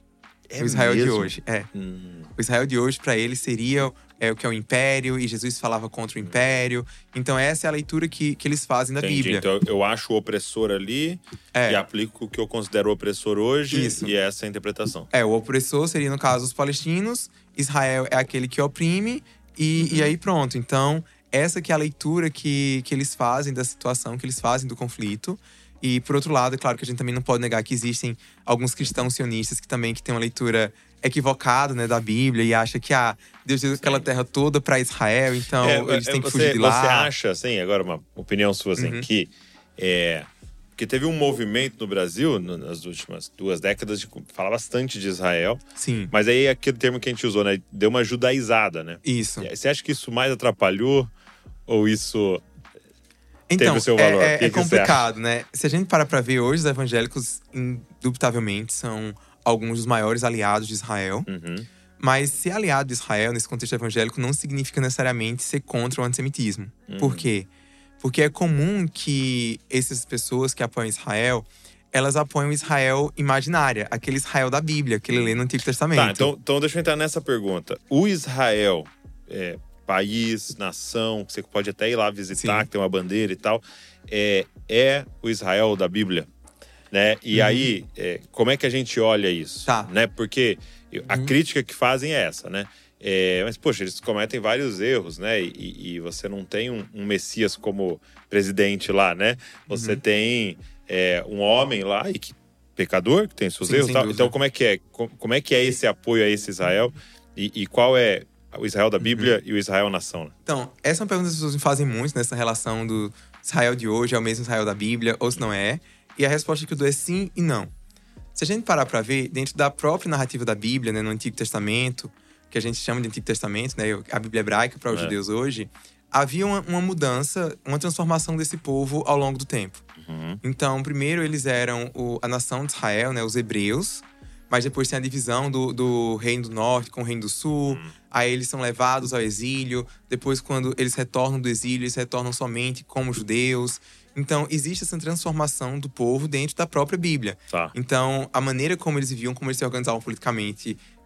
É o Israel mesmo? de hoje. É. Hum. O Israel de hoje, para eles, seria é, o que é o império, e Jesus falava contra o império. Então essa é a leitura que, que eles fazem da Entendi. Bíblia. Então eu acho o opressor ali é. e aplico o que eu considero o opressor hoje. Isso. E essa é a interpretação. É, o opressor seria, no caso, os palestinos. Israel é aquele que oprime. E, uhum. e aí pronto, então essa que é a leitura que, que eles fazem da situação, que eles fazem do conflito. E por outro lado, é claro que a gente também não pode negar que existem alguns cristãos sionistas que também que têm uma leitura equivocada, né, da Bíblia e acha que ah, Deus deu aquela terra toda para Israel, então é, eles têm é, que você, fugir de lá. Você acha, assim, agora uma opinião sua, assim, uhum. que é, que teve um movimento no Brasil no, nas últimas duas décadas de falar bastante de Israel. Sim. Mas aí aquele termo que a gente usou, né? Deu uma judaizada, né? Isso. Você acha que isso mais atrapalhou ou isso então, teve o seu valor? É, é, que é que complicado, né? Se a gente parar pra ver hoje, os evangélicos, indubitavelmente, são alguns dos maiores aliados de Israel. Uhum. Mas ser aliado de Israel, nesse contexto evangélico, não significa necessariamente ser contra o antissemitismo. Uhum. Por quê? Porque é comum que essas pessoas que apoiam Israel, elas apoiam Israel imaginária, aquele Israel da Bíblia, que ele lê no Antigo Testamento. Tá, então, então deixa eu entrar nessa pergunta. O Israel, é, país, nação, que você pode até ir lá visitar, Sim. que tem uma bandeira e tal, é, é o Israel da Bíblia, né? E uhum. aí, é, como é que a gente olha isso? Tá. Né? Porque a uhum. crítica que fazem é essa, né? É, mas, poxa, eles cometem vários erros, né? E, e você não tem um, um Messias como presidente lá, né? Você uhum. tem é, um homem lá, e que, pecador, que tem seus Sim, erros e tal. dúvida. Então, como é que é? Como é que é esse apoio a esse Israel? E, e qual é o Israel da Bíblia uhum. e o Israel nação? Né? Então, essa é uma pergunta que as pessoas me fazem muito nessa relação do Israel de hoje é o mesmo Israel da Bíblia, ou se não é. E a resposta que eu dou é sim e não. Se a gente parar para ver, dentro da própria narrativa da Bíblia, né, no Antigo Testamento, que a gente chama de Antigo Testamento, né, a Bíblia hebraica para os é. judeus hoje, havia uma, uma mudança, uma transformação desse povo ao longo do tempo. Uhum. Então, primeiro eles eram o, a nação de Israel, né, os hebreus, mas depois tem a divisão do, do Reino do Norte com o Reino do Sul. Uhum. Aí eles são levados ao exílio. Depois, quando eles retornam do exílio, eles retornam somente como judeus. Então, existe essa transformação do povo dentro da própria Bíblia. Tá. Então, a maneira como eles viviam, como eles se organizavam politicamente,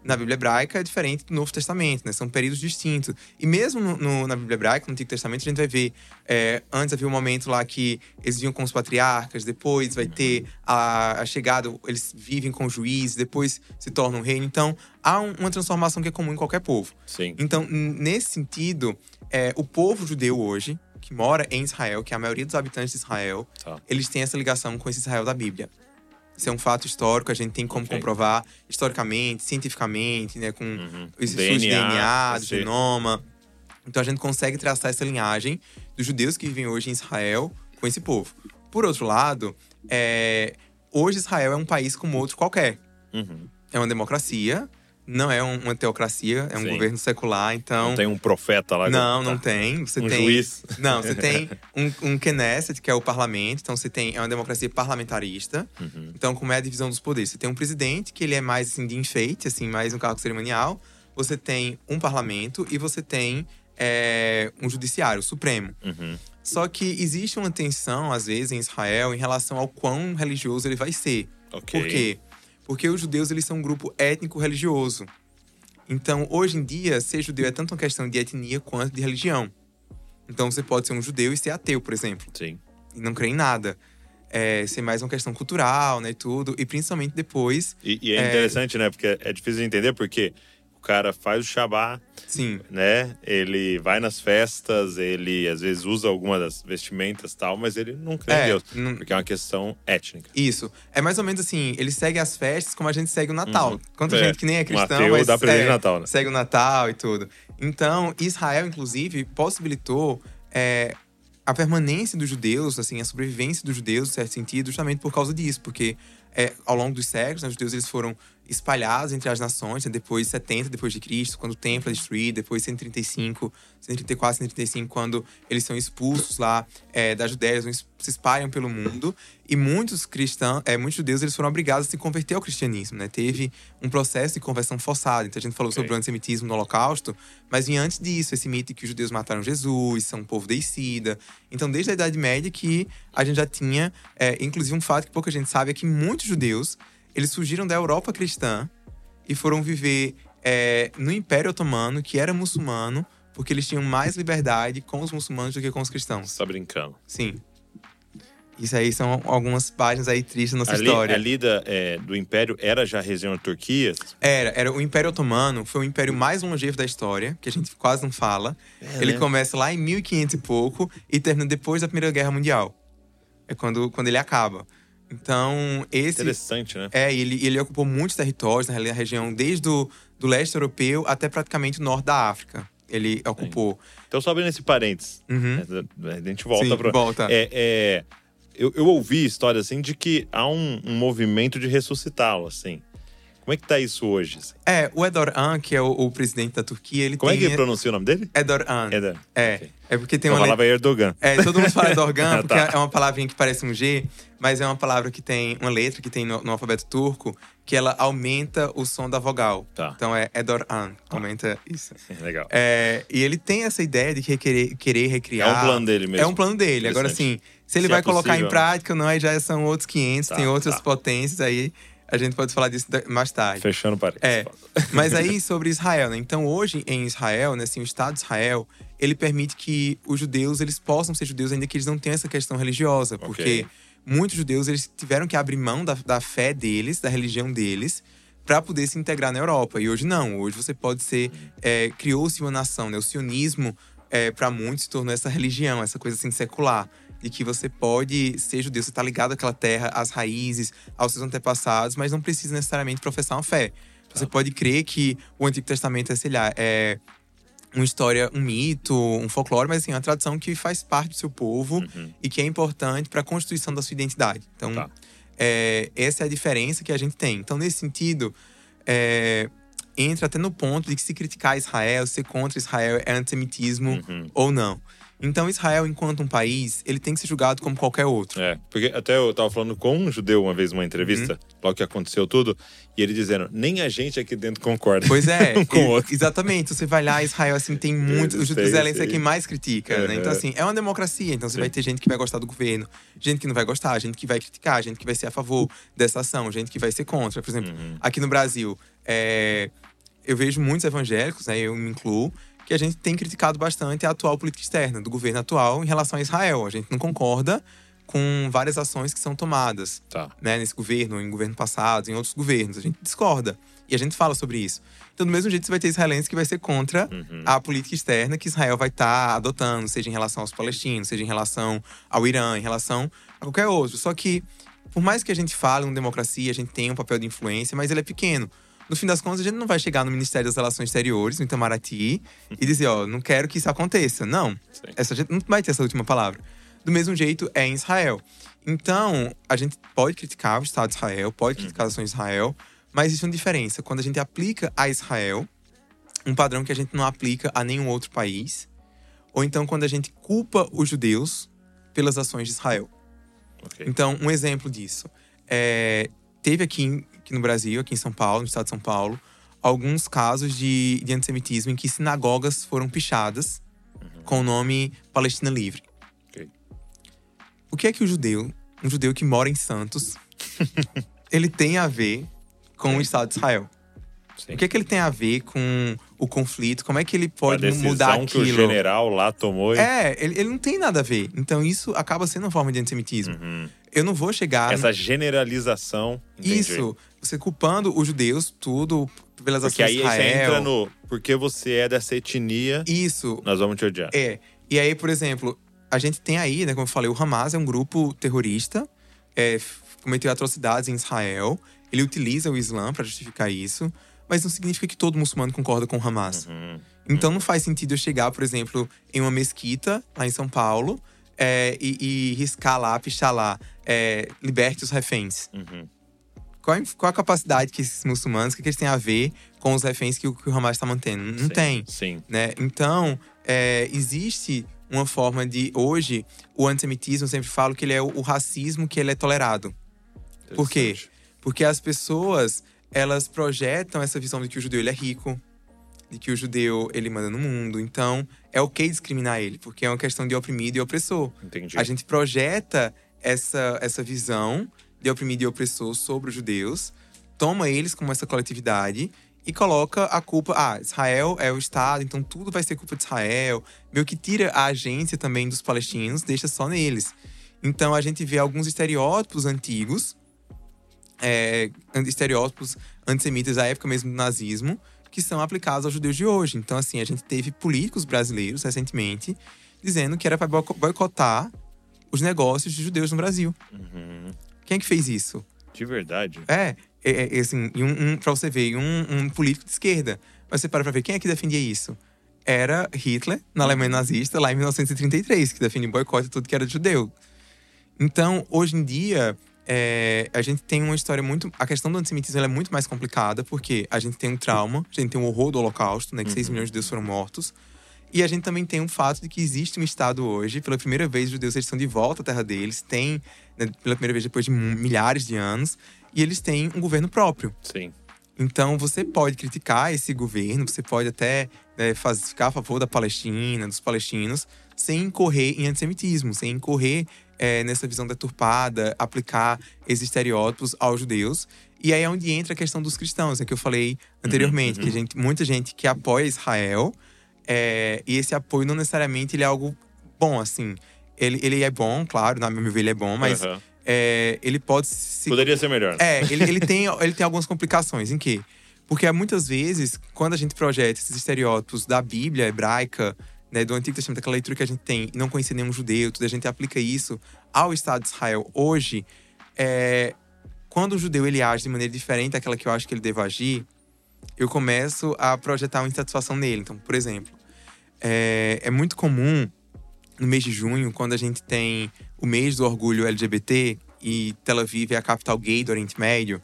na Bíblia hebraica é diferente do Novo Testamento, né? São períodos distintos. E mesmo no, no, na Bíblia hebraica, no Antigo Testamento, a gente vai ver… É, antes havia um momento lá que eles vinham com os patriarcas, depois vai ter a, a chegada… Eles vivem com juízes, depois se tornam um reino. Então, há um, uma transformação que é comum em qualquer povo. Sim. Então, nesse sentido, é, o povo judeu hoje, que mora em Israel, que é a maioria dos habitantes de Israel, Tá. eles têm essa ligação com esse Israel da Bíblia. Isso é um fato histórico, a gente tem como Okay. comprovar historicamente, cientificamente, né, com Uhum. os estudos de D N A, do sim. genoma. Então a gente consegue traçar essa linhagem dos judeus que vivem hoje em Israel com esse povo. Por outro lado, é, hoje Israel é um país como outro qualquer. Uhum. É uma democracia, não é um- uma teocracia, é um Sim. governo secular, então… Não tem um profeta lá. Não, tá. não tem. Você Um tem, juiz. Não, você tem um, um Knesset, que é o parlamento. Então, você tem… É uma democracia parlamentarista. Uhum. Então, como é a divisão dos poderes? Você tem um presidente, que ele é mais, assim, de enfeite. Assim, mais um cargo cerimonial. Você tem um parlamento e você tem é, um judiciário, o Supremo. Uhum. Só que existe uma tensão, às vezes, em Israel, em relação ao quão religioso ele vai ser. Ok. Por quê? Porque os judeus, eles são um grupo étnico-religioso. Então, hoje em dia, ser judeu é tanto uma questão de etnia quanto de religião. Então, você pode ser um judeu e ser ateu, por exemplo. Sim. E não crer em nada. É, ser mais uma questão cultural, né, e tudo. E principalmente depois… E, e é, É. interessante, né? Porque é difícil de entender, porque o cara faz o Shabá, Sim, né? Ele vai nas festas, ele às vezes usa alguma das vestimentas e tal, mas ele não crê É, em Deus. não- Porque é uma questão étnica. isso. É mais ou menos assim, ele segue as festas como a gente segue o Natal. Uhum. Quanta É, gente que nem é cristão, ateu mas dá presente é, de Natal, né? segue o Natal e tudo. Então, Israel, inclusive, possibilitou é, a permanência dos judeus, assim, a sobrevivência dos judeus, em certo sentido, justamente por causa disso. Porque é, ao longo dos séculos, né, os judeus eles foram espalhados entre as nações, né, depois de setenta depois de Cristo, quando o templo é destruído, depois cento e trinta e cinco, cento e trinta e quatro, cento e trinta e cinco, quando eles são expulsos lá é, da Judéia, eles vão es- se espalham pelo mundo. E muitos cristãos, é, muitos judeus, eles foram obrigados a se converter ao cristianismo, né? Teve um processo de conversão forçada. Então a gente falou Ok. sobre o antissemitismo no Holocausto, mas vinha antes disso, esse mito de que os judeus mataram Jesus, são um povo deicida. Então, desde a Idade Média que a gente já tinha, é, inclusive um fato que pouca gente sabe, é que muitos judeus, eles fugiram da Europa cristã e foram viver é, no Império Otomano, que era muçulmano, porque eles tinham mais liberdade com os muçulmanos do que com os cristãos. Você tá brincando. Sim. Isso aí são algumas páginas aí tristes da nossa Ali, história. ali da, é, do Império era já a região da Turquia? Era, era o Império Otomano, foi o império mais longevo da história, que a gente quase não fala. É, ele né? começa lá em mil e quinhentos e pouco e termina depois da Primeira Guerra Mundial. É quando, quando ele acaba. Então, esse… Interessante, né? É, ele, ele ocupou muitos territórios na região, desde o do leste europeu até praticamente o norte da África. Ele ocupou. Então, só abrindo esse parênteses, Uhum. a gente volta Sim, pra… volta. É, é, eu, eu ouvi histórias assim de que há um, um movimento de ressuscitá-lo, assim. Como é que tá isso hoje? assim? É, o Erdogan, que é o, o presidente da Turquia, ele Como é tem… que pronuncia o nome dele? Erdogan. Erdogan. É, Ok. é porque tem Eu uma… le- falava Erdogan. É, todo mundo fala Erdogan, Ah, porque tá. é uma palavrinha que parece um G, mas é uma palavra que tem uma letra que tem no, no alfabeto turco, que ela aumenta o som da vogal. Tá. Então é Erdogan, aumenta isso. Legal. É, e ele tem essa ideia de querer, querer recriar. É um plano dele mesmo. É um plano dele. Agora, Interessante. assim, se ele Se vai é colocar possível, em prática ou não, aí já são outros quinhentos, Tá, tem outras tá. potências, aí a gente pode falar disso da- mais tarde. Fechando parênteses. É, mas aí sobre Israel, né? Então hoje em Israel, né, assim, o Estado de Israel, ele permite que os judeus, eles possam ser judeus ainda que eles não tenham essa questão religiosa. Ok. Porque muitos judeus, eles tiveram que abrir mão da, da fé deles, da religião deles, para poder se integrar na Europa. E hoje não, hoje você pode ser… É, criou-se uma nação, né? O sionismo, é, para muitos, se tornou essa religião, essa coisa assim secular. De que você pode ser judeu, você tá ligado àquela terra, às raízes, aos seus antepassados, mas não precisa necessariamente professar uma fé. Você pode crer que o Antigo Testamento é, sei lá, é uma história, um mito, um folclore, mas assim, é uma tradição que faz parte do seu povo Uhum. e que é importante para a constituição da sua identidade. Então, Tá. é, essa é a diferença que a gente tem. Então, nesse sentido, é, entra até no ponto de que se criticar Israel, ser contra Israel é antissemitismo Uhum. ou não. Então, Israel, enquanto um país, ele tem que ser julgado como qualquer outro. É, porque até eu tava falando com um judeu uma vez numa entrevista, logo que aconteceu tudo, e ele dizendo, nem a gente aqui dentro concorda. Pois é, um com o e- outro. exatamente. Você vai lá, Israel, assim, tem muito… Os Sei, israelenses é sei. quem mais critica, né? Então, Uhum. assim, é uma democracia. Então, você Sim. vai ter gente que vai gostar do governo, gente que não vai gostar, gente que vai criticar, gente que vai ser a favor dessa ação, gente que vai ser contra. Por exemplo, Uhum. aqui no Brasil, é… eu vejo muitos evangélicos, né, eu me incluo, que a gente tem criticado bastante a atual política externa do governo atual em relação a Israel. A gente não concorda com várias ações que são tomadas, Tá. né, nesse governo, em governo passado, em outros governos. A gente discorda. E a gente fala sobre isso. Então, do mesmo jeito, você vai ter israelense que vai ser contra Uhum. a política externa que Israel vai estar tá adotando, seja em relação aos palestinos, seja em relação ao Irã, em relação a qualquer outro. Só que, por mais que a gente fale em democracia, a gente tem um papel de influência, mas ele é pequeno. No fim das contas, a gente não vai chegar no Ministério das Relações Exteriores, no Itamaraty, e dizer, ó, não quero que isso aconteça. Não. Sim. Essa gente não vai ter essa última palavra. Do mesmo jeito, é em Israel. Então, a gente pode criticar o Estado de Israel, pode criticar as ações de Israel, mas existe uma diferença. Quando a gente aplica a Israel um padrão que a gente não aplica a nenhum outro país, ou então quando a gente culpa os judeus pelas ações de Israel. Okay. Então, um exemplo disso. É, teve aqui, aqui no Brasil, aqui em São Paulo, no estado de São Paulo, alguns casos de, de antissemitismo em que sinagogas foram pichadas uhum. com o nome Palestina Livre. Okay. O que é que o judeu, um judeu que mora em Santos, ele tem a ver com Sim. o Estado de Israel? Sim. O que é que ele tem a ver com o conflito? Como é que ele pode mudar aquilo? A decisão que o general lá tomou. E... É, ele, ele não tem nada a ver. Então isso acaba sendo uma forma de antissemitismo. Uhum. Eu não vou chegar… Essa generalização. Entendi. Isso. Você culpando os judeus, tudo, pelas ações de Israel. Porque aí você entra no… Porque você é dessa etnia… Isso. Nós vamos te odiar. É. E aí, por exemplo, a gente tem aí, né, como eu falei, o Hamas é um grupo terrorista. É, cometeu atrocidades em Israel. Ele utiliza o Islã para justificar isso. Mas não significa que todo muçulmano concorda com o Hamas. Uhum. Então não faz sentido eu chegar, por exemplo, em uma mesquita, lá em São Paulo, é, e, e riscar lá, pichar lá, é, liberte os reféns. Uhum. Qual, qual a capacidade que esses muçulmanos, o que, que eles têm a ver com os reféns que o, que o Hamas está mantendo? Não sim, tem. Sim. Né? Então, é, existe uma forma de… Hoje, o antissemitismo, eu sempre falo que ele é o, o racismo que ele é tolerado. Por quê? Porque as pessoas… elas projetam essa visão de que o judeu ele é rico, de que o judeu ele manda no mundo. Então, é ok discriminar ele, porque é uma questão de oprimido e opressor. Entendi. A gente projeta essa, essa visão de oprimido e opressor sobre os judeus, toma eles como essa coletividade e coloca a culpa… Ah, Israel é o Estado, então tudo vai ser culpa de Israel. Meio que tira a agência também dos palestinos, deixa só neles. Então, a gente vê alguns estereótipos antigos, É, estereótipos antissemitas da época mesmo do nazismo, que são aplicados aos judeus de hoje. Então, assim, a gente teve políticos brasileiros, recentemente, dizendo que era para boicotar os negócios de judeus no Brasil. Uhum. Quem é que fez isso? De verdade? É, é, é assim, um, um, pra você ver, um, um político de esquerda. Mas você para pra ver, quem é que defendia isso? Era Hitler, na Alemanha nazista, lá em mil novecentos e trinta e três, que defendia boicote tudo que era judeu. Então, hoje em dia… É, a gente tem uma história muito… A questão do antissemitismo ela é muito mais complicada, porque a gente tem um trauma, a gente tem um horror do Holocausto, né, que seis uhum. milhões de judeus foram mortos. E a gente também tem um fato de que existe um Estado hoje, pela primeira vez, os judeus eles estão de volta à terra deles, tem, né, pela primeira vez depois de milhares de anos, e eles têm um governo próprio. Sim. Então você pode criticar esse governo, você pode até né, faz, ficar a favor da Palestina, dos palestinos, sem incorrer em antissemitismo, sem incorrer é, nessa visão deturpada, aplicar esses estereótipos aos judeus. E aí é onde entra a questão dos cristãos, é que eu falei anteriormente, uhum, uhum. que gente, muita gente que apoia Israel, é, e esse apoio não necessariamente ele é algo bom, assim. Ele, ele é bom, claro, na minha ver ele é bom, mas… Uhum. É, ele pode… Se... Poderia ser melhor. É, ele, ele, tem, ele tem algumas complicações. Em quê? Porque muitas vezes, quando a gente projeta esses estereótipos da Bíblia hebraica, né, do Antigo Testamento, aquela leitura que a gente tem, e não conhecer nenhum judeu, tudo, a gente aplica isso ao Estado de Israel hoje, é, quando o judeu ele age de maneira diferente daquela que eu acho que ele deve agir, eu começo a projetar uma insatisfação nele. Então, por exemplo, é, é muito comum no mês de junho, quando a gente tem o mês do orgulho L G B T e Tel Aviv é a capital gay do Oriente Médio,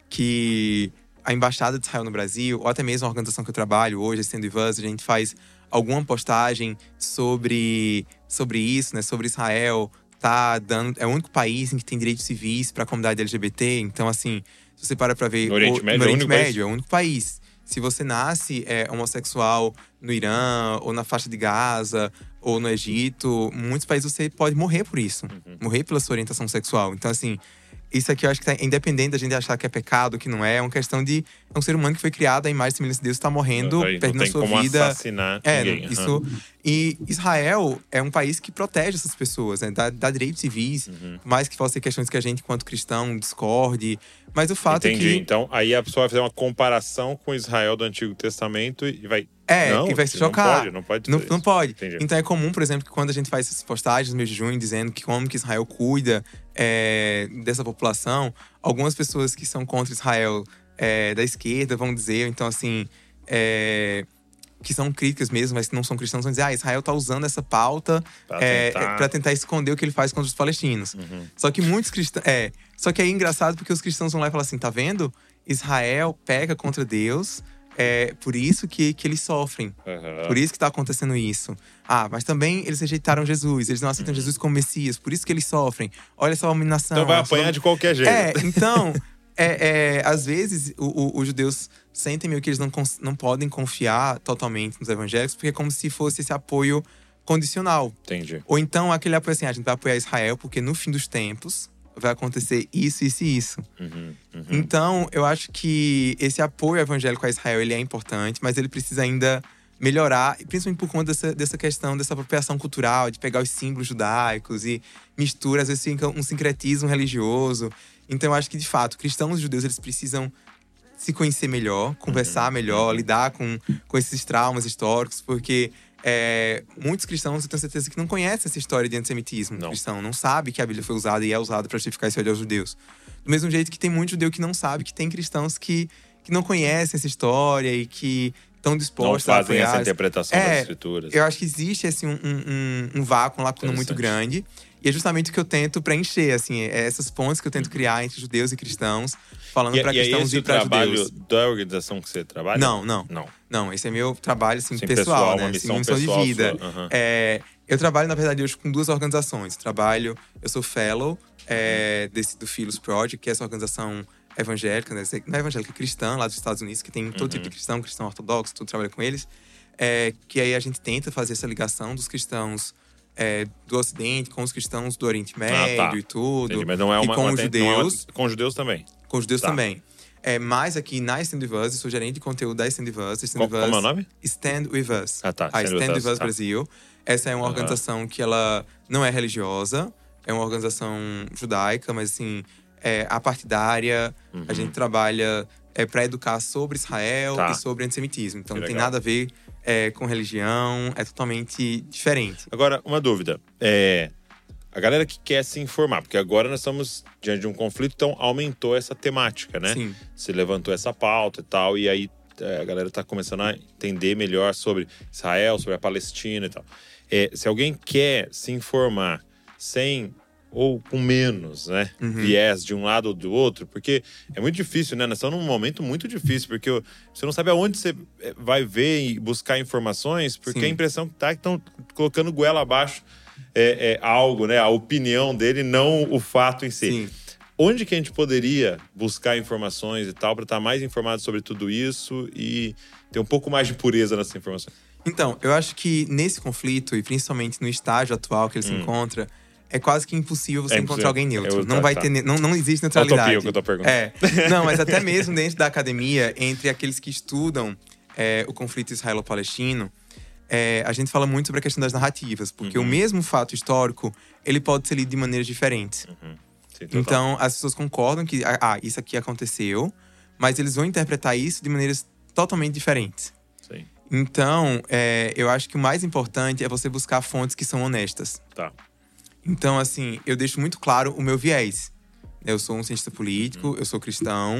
que a Embaixada de Israel no Brasil, ou até mesmo a organização que eu trabalho hoje, a Stand With Us, a gente faz alguma postagem sobre, sobre isso, né? Sobre Israel tá dando… É o único país em que tem direitos civis para a comunidade L G B T. Então, assim, se você para pra ver… No Oriente o, Médio, no Oriente é, o Médio é o único país. Se você nasce é, homossexual no Irã, ou na faixa de Gaza, ou no Egito, muitos países você pode morrer por isso. Uhum. Morrer pela sua orientação sexual. Então, assim, isso aqui eu acho que tá independente da gente achar que é pecado, que não é. É uma questão de… É um ser humano que foi criado à imagem e semelhança de Deus, está morrendo, Aí não perdendo tem a sua como vida. assassinar É, ninguém. isso… Uhum. E Israel é um país que protege essas pessoas, né? Dá, dá direitos civis, Uhum. por mais que possam ser questões que a gente, enquanto cristão, discorde. Mas o fato Entendi. é que… Então, aí a pessoa vai fazer uma comparação com Israel do Antigo Testamento e vai… É, não, e vai se não chocar. pode, não pode Não, fazer não isso. pode. Entendi. Então é comum, por exemplo, que quando a gente faz essas postagens no mês de junho, dizendo que como que Israel cuida é, dessa população, algumas pessoas que são contra Israel é, da esquerda vão dizer, então assim… É, que são críticas mesmo, mas que não são cristãos, vão dizer ah, Israel tá usando essa pauta Pra é, tentar. é, pra tentar esconder o que ele faz contra os palestinos. Uhum. Só que muitos cristãos… É, só que aí é engraçado porque os cristãos vão lá e falam assim, tá vendo? Israel peca contra Deus… É por isso que, que eles sofrem. Uhum. Por isso que tá acontecendo isso. Ah, mas também eles rejeitaram Jesus. Eles não aceitam Uhum. Jesus como Messias. Por isso que eles sofrem. Olha essa abominação. Então vai essa apanhar de qualquer jeito. É, então… é, é, às vezes, o, o, os judeus sentem meio que eles não, não podem confiar totalmente nos evangélicos. Porque é como se fosse esse apoio condicional. Entendi. Ou então, aquele apoio assim, a gente vai apoiar Israel porque no fim dos tempos… vai acontecer isso, isso e isso. Uhum, uhum. Então, eu acho que esse apoio evangélico a Israel, ele é importante, mas ele precisa ainda melhorar, principalmente por conta dessa, dessa questão, dessa apropriação cultural, de pegar os símbolos judaicos e mistura, às vezes fica um sincretismo religioso. Então, eu acho que, de fato, cristãos e judeus, eles precisam se conhecer melhor, conversar uhum, melhor, uhum. lidar com, com esses traumas históricos, porque… É, muitos cristãos, eu tenho certeza que não conhecem essa história de antissemitismo não. cristão. Não sabe que a Bíblia foi usada e é usada para justificar esse ódio aos judeus. Do mesmo jeito que tem muito judeu que não sabe que tem cristãos que, que não conhecem essa história e que estão dispostos não a fazem apoiar. essa interpretação é, das escrituras. Eu acho que existe assim, um, um, um vácuo, uma lacuna muito grande. E é justamente o que eu tento preencher, assim, é essas pontes que eu tento criar entre judeus e cristãos, falando para cristãos e, e para judeus. E é esse o trabalho da organização que você trabalha? Não, não. Não, não esse é meu trabalho, assim, Sim, pessoal, pessoal, né? uma missão, assim, missão pessoal de vida. Uhum. É, eu trabalho, na verdade, hoje com duas organizações. Trabalho, eu sou fellow é, desse, do Philos Project, que é essa organização evangélica, né? Não é evangélica, é cristã, lá dos Estados Unidos, que tem todo uhum. tipo de cristão, cristão ortodoxo, tudo trabalha com eles. É, que aí a gente tenta fazer essa ligação dos cristãos É, do Ocidente, com os cristãos do Oriente Médio ah, tá. e tudo. Entendi, mas não é uma, e com uma, os judeus. Não é uma, com os judeus também. Com os judeus tá. também. É, mas aqui na Stand With Us, eu sou gerente de conteúdo da Stand With Us. Stand Como, With Us, como é o nome? Stand With Us. Ah, tá. A Stand, Stand With With Us, Us tá. Brasil. Essa é uma Uhum. organização que ela não é religiosa. É uma organização judaica, mas assim, é apartidária. Uhum. A gente trabalha é, para educar sobre Israel tá. e sobre antissemitismo. Então que não tem legal. nada a ver é, com religião. É totalmente diferente. Agora, uma dúvida. É… A galera que quer se informar, porque agora nós estamos diante de um conflito, então aumentou essa temática, né? Sim. Se levantou essa pauta e tal, e aí é, a galera tá começando a entender melhor sobre Israel, sobre a Palestina e tal. É, se alguém quer se informar sem ou com menos, né, Uhum. viés de um lado ou do outro, porque é muito difícil, né? Nós estamos num momento muito difícil, porque você não sabe aonde você vai ver e buscar informações, porque Sim. a impressão que tá é que estão colocando goela abaixo É, é algo, né? A opinião dele, não o fato em si. Sim. Onde que a gente poderia buscar informações e tal para estar mais informado sobre tudo isso e ter um pouco mais de pureza nessas informações? Então, eu acho que nesse conflito, e principalmente no estágio atual que ele Hum. se encontra, é quase que impossível você É encontrar impossível. alguém neutro. Eu- não tá, vai tá. ter, não, não existe neutralidade. Utopia que eu tô perguntando. É. Não, mas até mesmo dentro da academia, entre aqueles que estudam é, o conflito israelo-palestino, É, a gente fala muito sobre a questão das narrativas, porque Uhum. o mesmo fato histórico, ele pode ser lido de maneiras diferentes. Uhum. Sim, total. Então, as pessoas concordam que, ah, isso aqui aconteceu, mas eles vão interpretar isso de maneiras totalmente diferentes. Sim. Então, é, eu acho que o mais importante é você buscar fontes que são honestas. Tá. Então, assim, eu deixo muito claro o meu viés. Eu sou um cientista político, eu sou cristão,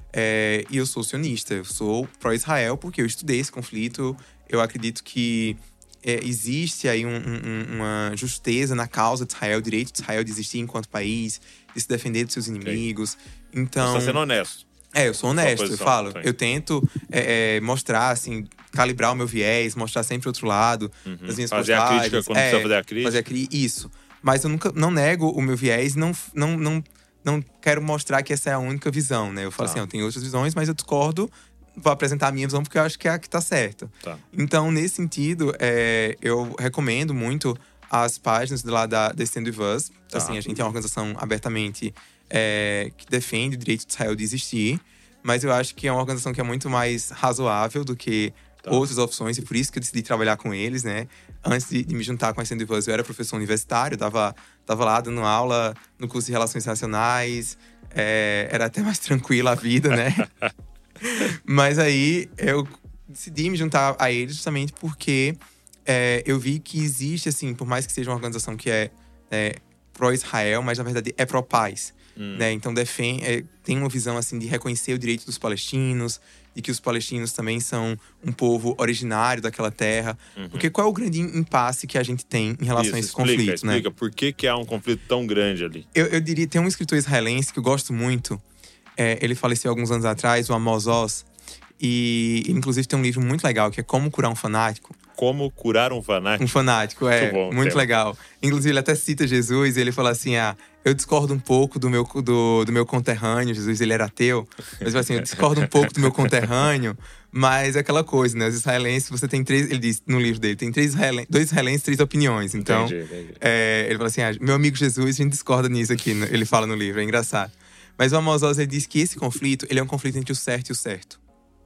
é, e eu sou sionista. Eu sou pró-Israel porque eu estudei esse conflito. Eu acredito que é, existe aí um, um, uma justeza na causa de Israel, o direito de Israel de existir enquanto país, de se defender dos seus inimigos. Então, Você está sendo honesto. é, eu sou honesto, eu posição, falo. sim. Eu tento é, é, mostrar, assim, calibrar o meu viés, mostrar sempre o outro lado Uhum. das minhas Fazer a postagens. crítica quando é, precisa fazer a crítica. Fazer a cri isso. Mas eu nunca não nego o meu viés, não, não, não, não quero mostrar que essa é a única visão, né? Eu falo Tá. assim, eu tenho outras visões, mas eu discordo. Vou apresentar a minha visão porque eu acho que é a que tá certa. Tá. Então, nesse sentido, é, eu recomendo muito as páginas lá da The Stand With Us. Tá. Assim, a gente é uma organização abertamente é, que defende o direito de Israel de existir. Mas eu acho que é uma organização que é muito mais razoável do que tá. outras opções. E por isso que eu decidi trabalhar com eles, né? Antes de, de me juntar com a Stand With Us, eu era professor universitário. Tava, tava lá dando aula no curso de Relações Internacionais. É, era até mais tranquila a vida, né? Mas aí eu decidi me juntar a eles justamente porque é, eu vi que existe, assim, por mais que seja uma organização que é, é pró-Israel, mas na verdade é pró-paz. Hum. Né? Então defende, é, tem uma visão assim, de reconhecer o direito dos palestinos, de que os palestinos também são um povo originário daquela terra. Uhum. Porque qual é o grande impasse que a gente tem em relação Isso, a esse explica, conflito? Explica, né? Por que, que há um conflito tão grande ali? Eu, eu diria, tem um escritor israelense que eu gosto muito. É, ele faleceu alguns anos atrás, o Amos Oz. E inclusive tem um livro muito legal, que é Como Curar um Fanático. Como Curar um Fanático? Um fanático, é. Muito, bom, muito legal. Inclusive, ele até cita Jesus e ele fala assim: ah, eu discordo um pouco do meu, do, do meu conterrâneo. Jesus, ele era ateu. Mas assim, eu discordo um pouco do meu conterrâneo. Mas é aquela coisa, né? Os israelenses, você tem três… Ele diz no livro dele, tem três israelenses, dois israelenses, três opiniões. Então, entendi, entendi. É, ele fala assim: ah, meu amigo Jesus, a gente discorda nisso aqui. Ele fala no livro, é engraçado. Mas o Amos Oz, ele diz que esse conflito, ele é um conflito entre o certo e o certo.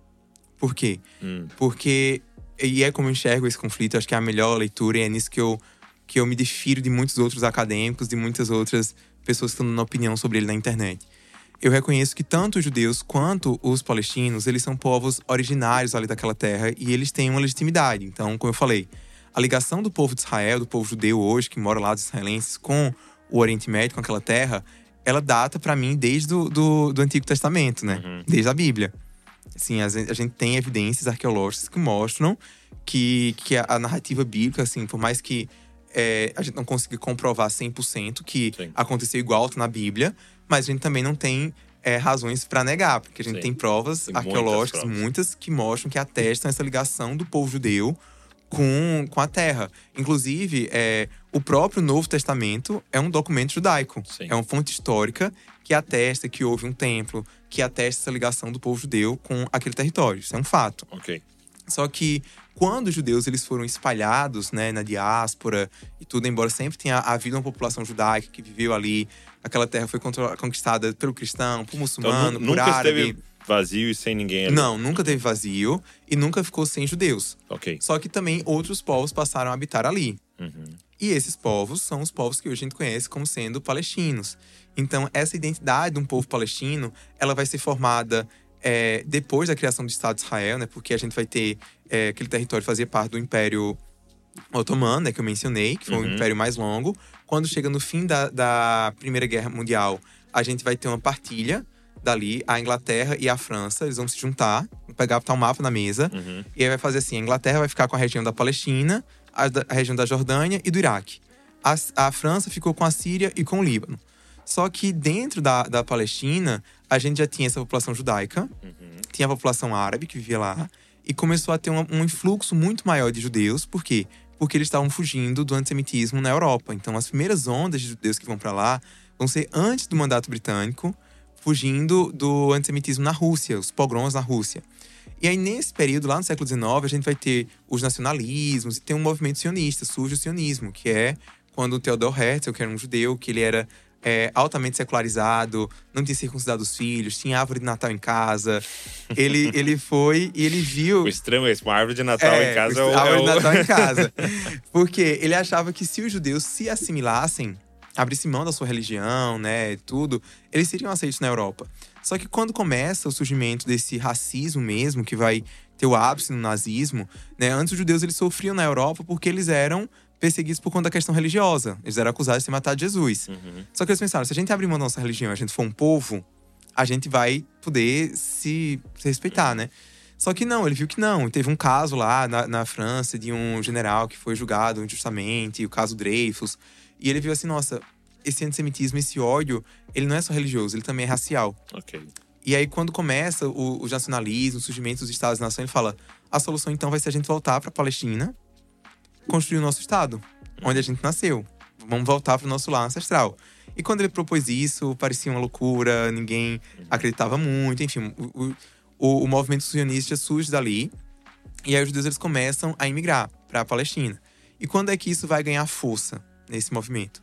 Por quê? Hum. Porque… E é como eu enxergo esse conflito, acho que é a melhor leitura. E é nisso que eu, que eu me difiro de muitos outros acadêmicos, de muitas outras pessoas que estão dando opinião sobre ele na internet. Eu reconheço que tanto os judeus quanto os palestinos, eles são povos originários ali daquela terra e eles têm uma legitimidade. Então, como eu falei, a ligação do povo de Israel, do povo judeu hoje, que mora lá, dos israelenses, com o Oriente Médio, com aquela terra, ela data para mim desde do, do, do Antigo Testamento, né? Uhum. Desde a Bíblia. Assim, a gente, a gente tem evidências arqueológicas que mostram que, que a, a narrativa bíblica, assim, por mais que é, a gente não consiga comprovar cem por cento que Sim. aconteceu igual na Bíblia, mas a gente também não tem é, razões para negar, porque a gente Sim. tem provas tem arqueológicas, muitas, provas. muitas, que mostram, que atestam essa ligação do povo judeu com, com a terra. Inclusive, é, o próprio Novo Testamento é um documento judaico. Sim. É uma fonte histórica que atesta que houve um templo, que atesta essa ligação do povo judeu com aquele território. Isso é um fato. Okay. Só que quando os judeus eles foram espalhados, né, na diáspora e tudo, embora sempre tenha havido uma população judaica que viveu ali, aquela terra foi conquistada pelo cristão, por muçulmano, então, por árabe. Esteve vazio e sem ninguém ali? Não, nunca teve vazio e nunca ficou sem judeus. Okay. Só que também outros povos passaram a habitar ali. Uhum. E esses povos são os povos que hoje a gente conhece como sendo palestinos. Então, essa identidade de um povo palestino, ela vai ser formada é, depois da criação do Estado de Israel, né? Porque a gente vai ter… É, aquele território fazia parte do Império Otomano, né? Que eu mencionei, que foi uhum. o império mais longo. Quando chega no fim da, da Primeira Guerra Mundial, a gente vai ter uma partilha dali, a Inglaterra e a França, eles vão se juntar, vão pegar, botar um mapa na mesa. Uhum. E aí vai fazer assim, a Inglaterra vai ficar com a região da Palestina, a, da, a região da Jordânia e do Iraque. A, a França ficou com a Síria e com o Líbano. Só que dentro da, da Palestina, a gente já tinha essa população judaica, uhum. tinha a população árabe que vivia lá, e começou a ter um, um influxo muito maior de judeus. Por quê? Porque eles estavam fugindo do antissemitismo na Europa. Então, as primeiras ondas de judeus que vão para lá vão ser antes do mandato britânico, fugindo do antissemitismo na Rússia, os pogroms na Rússia. E aí, nesse período, lá no século dezenove, a gente vai ter os nacionalismos e tem um movimento sionista, surge o sionismo, que é quando o Theodor Herzl, que era um judeu, que ele era é, altamente secularizado, não tinha circuncidado os filhos, tinha árvore de Natal em casa. Ele, ele foi e ele viu… O extremo é isso, uma árvore de Natal é, em casa… É, é árvore o... de Natal em casa. Porque ele achava que se os judeus se assimilassem, abrissem mão da sua religião, né, tudo, eles seriam aceitos na Europa. Só que quando começa o surgimento desse racismo mesmo, que vai ter o ápice no nazismo, né, antes os judeus eles sofriam na Europa porque eles eram perseguidos por conta da questão religiosa. Eles eram acusados de ter matado Jesus. Uhum. Só que eles pensaram, se a gente abrir mão da nossa religião, a gente for um povo, a gente vai poder se, se respeitar, né? Só que não, ele viu que não. Teve um caso lá na, na França de um general que foi julgado injustamente, o caso Dreyfus. E ele viu assim, nossa, esse antissemitismo, esse ódio, ele não é só religioso, ele também é racial. Ok. E aí, quando começa o, o nacionalismo, o surgimento dos Estados-nação, ele fala, a solução então vai ser a gente voltar para a Palestina, construir o nosso Estado, onde a gente nasceu. Vamos voltar para o nosso lar ancestral. E quando ele propôs isso, parecia uma loucura, ninguém acreditava muito. Enfim, o, o, o movimento sionista surge dali. E aí os judeus eles começam a imigrar para a Palestina. E quando é que isso vai ganhar força nesse movimento?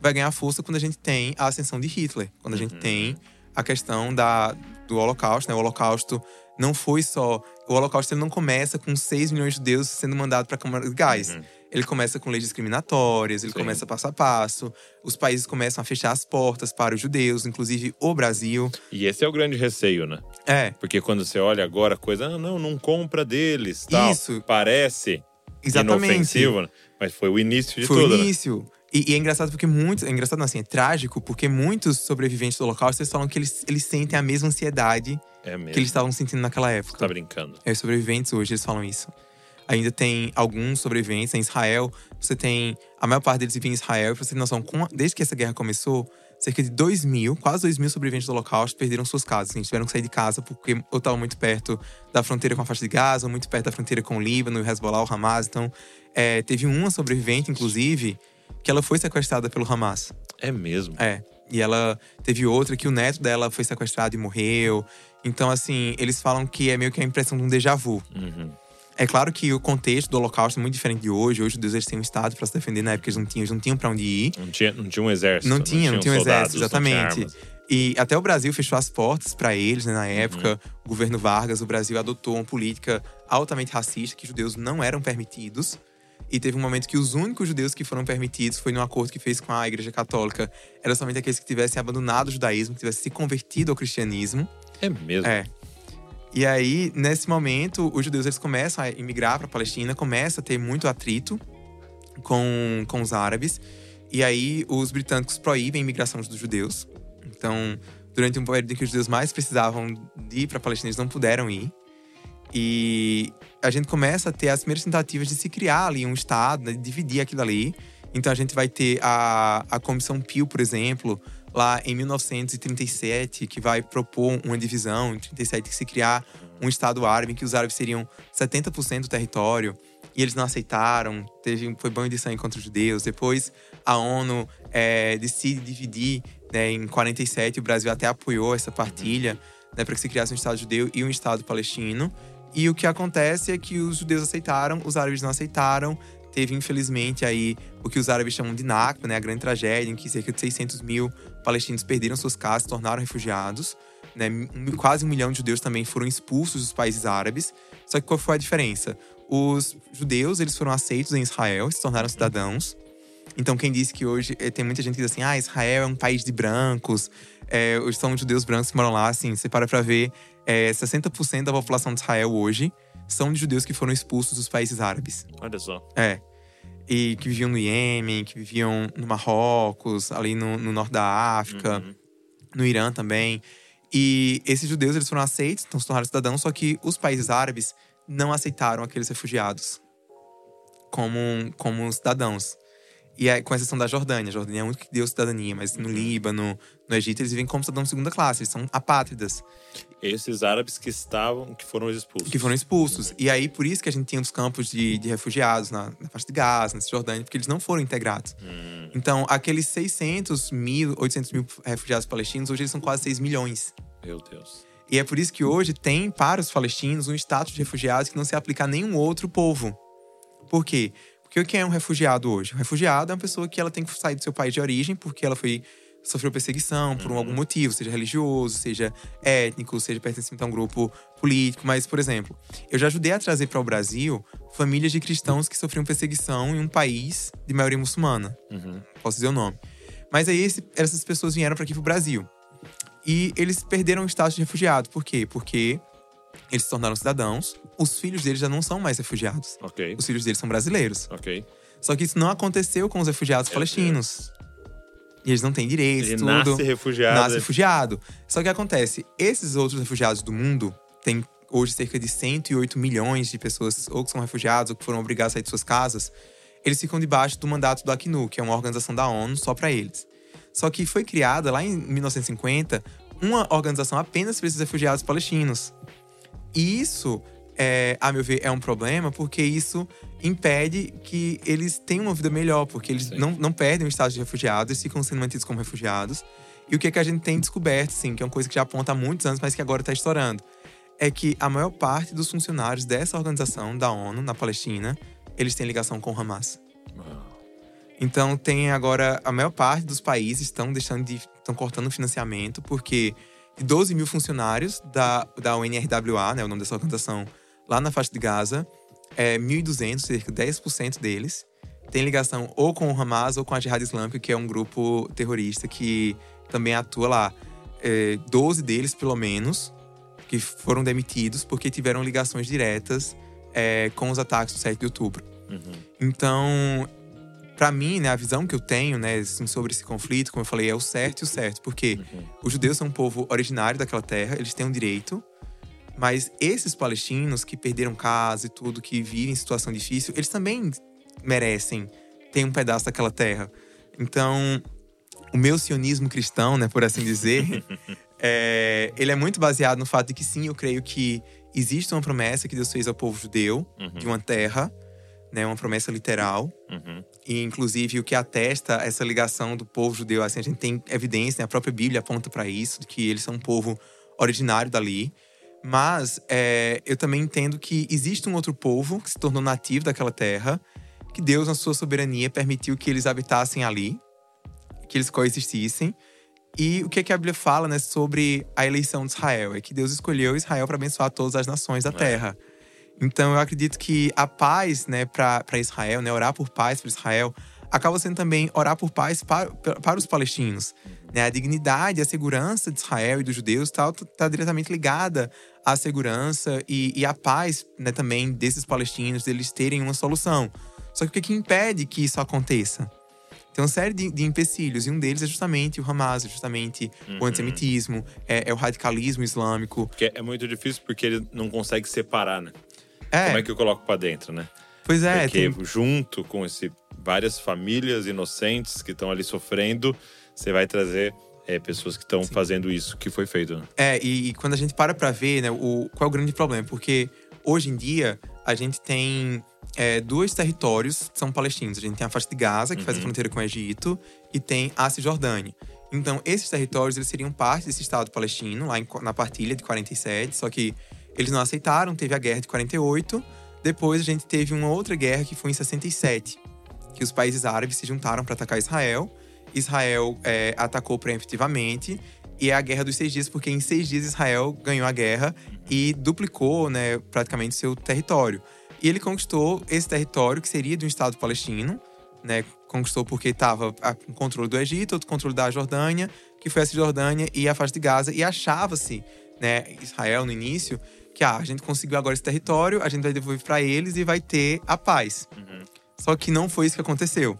vai ganhar força quando a gente tem a ascensão de Hitler. Quando a gente Uhum. tem a questão da, do Holocausto, né? O Holocausto não foi só… O Holocausto ele não começa com seis milhões de judeus sendo mandados para a Câmara de Gás. Uhum. Ele começa com leis discriminatórias, ele Sim. começa passo a passo. Os países começam a fechar as portas para os judeus, inclusive o Brasil. E esse é o grande receio, né? É, Porque quando você olha agora a coisa, ah, não, não compra deles, tal. Isso. Parece exatamente. inofensivo, né? Mas foi o início de Foi tudo, o né? início. E, e é engraçado porque muitos… É engraçado não, assim, é trágico porque muitos sobreviventes do Holocausto, eles falam que eles, eles sentem a mesma ansiedade É mesmo. que eles estavam sentindo naquela Você época. tá brincando. É, os sobreviventes hoje, eles falam isso. Ainda tem alguns sobreviventes em Israel. Você tem… A maior parte deles vive em Israel. Pra você ter noção, com a- desde que essa guerra começou, cerca de dois mil, quase dois mil sobreviventes do Holocausto perderam suas casas. Eles tiveram que sair de casa porque ou estavam muito perto da fronteira com a faixa de Gaza, ou muito perto da fronteira com o Líbano, o Hezbollah, o Hamas. Então, é, teve uma sobrevivente, inclusive, que ela foi sequestrada pelo Hamas. É mesmo. É. E ela teve outra que o neto dela foi sequestrado e morreu. Então, assim, eles falam que é meio que a impressão de um déjà vu. Uhum. É claro que o contexto do Holocausto é muito diferente de hoje. Hoje os judeus eles têm um estado para se defender. Na época eles não tinham, eles não tinham para onde ir. Não tinha, não tinha um exército. Não tinha, não tinha um soldados, exército, não tinha exatamente. armas. E até o Brasil fechou as portas para eles, né, na época. Uhum. O governo Vargas, o Brasil adotou uma política altamente racista, que judeus não eram permitidos. E teve um momento que os únicos judeus que foram permitidos foi num acordo que fez com a Igreja Católica. Era somente aqueles que tivessem abandonado o judaísmo, que tivessem se convertido ao cristianismo. É mesmo. É. E aí, nesse momento, os judeus eles começam a imigrar para a Palestina, começa a ter muito atrito com, com os árabes. E aí, os britânicos proíbem a imigração dos judeus. Então, durante um período em que os judeus mais precisavam de ir para a Palestina, eles não puderam ir. E a gente começa a ter as primeiras tentativas de se criar ali um estado, né, de dividir aquilo ali. Então, a gente vai ter a, a Comissão Peel, por exemplo, lá em mil novecentos e trinta e sete, que vai propor uma divisão. Em trinta e sete, que se criar um Estado árabe, em que os árabes seriam setenta por cento do território. E eles não aceitaram, teve, foi banho de sangue contra os judeus. Depois, a ONU é, decide dividir, né, em quarenta e sete. O Brasil até apoiou essa partilha, né, para que se criasse um Estado judeu e um Estado palestino. E o que acontece é que os judeus aceitaram, os árabes não aceitaram. Teve, infelizmente, aí o que os árabes chamam de Nakba, né, a grande tragédia, em que cerca de seiscentos mil palestinos perderam suas casas, se tornaram refugiados. Né, quase um milhão de judeus também foram expulsos dos países árabes. Só que qual foi a diferença? Os judeus, eles foram aceitos em Israel, se tornaram cidadãos. Então, quem disse que hoje… Tem muita gente que diz assim, ah, Israel é um país de brancos. É, hoje são judeus brancos que moram lá, assim, você para pra ver… É, sessenta por cento da população de Israel hoje são de judeus que foram expulsos dos países árabes. Olha só. É. E que viviam no Iêmen, que viviam no Marrocos, ali no, no norte da África, Uhum. no Irã também. E esses judeus, eles foram aceitos, então se tornaram cidadãos, só que os países árabes não aceitaram aqueles refugiados como, como cidadãos. E aí, com exceção da Jordânia. A Jordânia é a única que deu cidadania, mas no Líbano, no Egito, eles vivem como cidadãos de segunda classe, eles são apátridas. Esses árabes que estavam, que foram expulsos. Que foram expulsos. E aí, por isso que a gente tinha os campos de, de refugiados na, na faixa de Gaza, na Cisjordânia, porque eles não foram integrados. Hum. Então, aqueles seiscentos mil, oitocentos mil refugiados palestinos, hoje eles são quase seis milhões. Meu Deus. E é por isso que hoje tem, para os palestinos, um status de refugiados que não se aplica a nenhum outro povo. Por quê? Porque o que é um refugiado hoje? Um refugiado é uma pessoa que ela tem que sair do seu país de origem porque ela foi… sofreu perseguição por Uhum. algum motivo, seja religioso, seja étnico, seja pertencente a um grupo político. Mas, por exemplo, eu já ajudei a trazer para o Brasil famílias de cristãos que sofriam perseguição em um país de maioria muçulmana. Uhum. Posso dizer o nome. Mas aí esse, essas pessoas vieram para aqui, para o Brasil. E eles perderam o status de refugiado. Por quê? Porque eles se tornaram cidadãos. Os filhos deles já não são mais refugiados. Ok. Os filhos deles são brasileiros. Ok. Só que isso não aconteceu com os refugiados Meu palestinos. E eles não têm direitos, Ele tudo. nasce refugiado. Nasce refugiado. Só que acontece, esses outros refugiados do mundo, tem hoje cerca de cento e oito milhões de pessoas ou que são refugiados ou que foram obrigados a sair de suas casas, eles ficam debaixo do mandato do Acnu, que é uma organização da ONU só para eles. Só que foi criada lá em mil novecentos e cinquenta uma organização apenas para esses refugiados palestinos. E isso, é, a meu ver, é um problema porque isso impede que eles tenham uma vida melhor, porque eles não, não perdem o status de refugiados, eles ficam sendo mantidos como refugiados. E o que, é que a gente tem descoberto, sim, que é uma coisa que já aponta há muitos anos, mas que agora está estourando, é que a maior parte dos funcionários dessa organização, da ONU, na Palestina, eles têm ligação com o Hamas. Então tem agora, a maior parte dos países estão deixando de, estão cortando o financiamento, porque de doze mil funcionários da, da U N R W A, né, o nome dessa organização, lá na faixa de Gaza, é, mil e duzentos, cerca de dez por cento deles, tem ligação ou com o Hamas ou com a Jihad Islâmica, que é um grupo terrorista que também atua lá. É, doze deles, pelo menos, que foram demitidos porque tiveram ligações diretas é, com os ataques do sete de outubro. Uhum. Então, pra mim, né, a visão que eu tenho, né, assim, sobre esse conflito, como eu falei, é o certo e o certo. Porque uhum. os judeus são um povo originário daquela terra, eles têm um direito. Mas esses palestinos que perderam casa e tudo, que vivem em situação difícil, eles também merecem ter um pedaço daquela terra. Então, o meu sionismo cristão, né, por assim dizer, é, ele é muito baseado no fato de que sim, eu creio que existe uma promessa que Deus fez ao povo judeu, uhum. de uma terra, né, uma promessa literal. Uhum. E, inclusive, o que atesta essa ligação do povo judeu, assim, a gente tem evidência, né, a própria Bíblia aponta para isso, de que eles são um povo originário dali. Mas é, eu também entendo que existe um outro povo que se tornou nativo daquela terra, que Deus, na sua soberania, permitiu que eles habitassem ali, que eles coexistissem. E o que, é que a Bíblia fala, né, sobre a eleição de Israel? É que Deus escolheu Israel para abençoar todas as nações da é. terra. Então eu acredito que a paz, né, para Israel, né, orar por paz para Israel, acaba sendo também orar por paz para, para os palestinos. Né? A dignidade, a segurança de Israel e dos judeus está tá diretamente ligada à segurança e, e à paz, né, também desses palestinos, deles terem uma solução. Só que o que, que impede que isso aconteça? Tem uma série de, de empecilhos, e um deles é justamente o Hamas, é justamente uhum. o antissemitismo, é, é o radicalismo islâmico. Porque é muito difícil porque ele não consegue separar, né? É. Como é que eu coloco pra dentro, né? Pois é. Porque tem... junto com esse, várias famílias inocentes que estão ali sofrendo, você vai trazer é, pessoas que estão fazendo isso que foi feito, né? É, e, e quando a gente para pra ver, né, o, qual é o grande problema? Porque hoje em dia, a gente tem é, dois territórios que são palestinos. A gente tem a faixa de Gaza, que uhum. faz a fronteira com o Egito, e tem a Cisjordânia. Então, esses territórios, eles seriam parte desse Estado palestino, lá em, na partilha de quarenta e sete, só que eles não aceitaram, teve a guerra de quarenta e oito. Depois, a gente teve uma outra guerra, que foi em sessenta e sete, que os países árabes se juntaram para atacar Israel. Israel é, atacou preemptivamente, e é a Guerra dos Seis Dias, porque em seis dias Israel ganhou a guerra e duplicou, né, praticamente seu território. E ele conquistou esse território, que seria de um Estado palestino, né, conquistou porque estava com controle do Egito, outro controle da Jordânia, que foi a Cisjordânia e a faixa de Gaza, e achava-se, né, Israel no início, que ah, a gente conseguiu agora esse território, a gente vai devolver para eles e vai ter a paz. Uhum. Só que não foi isso que aconteceu.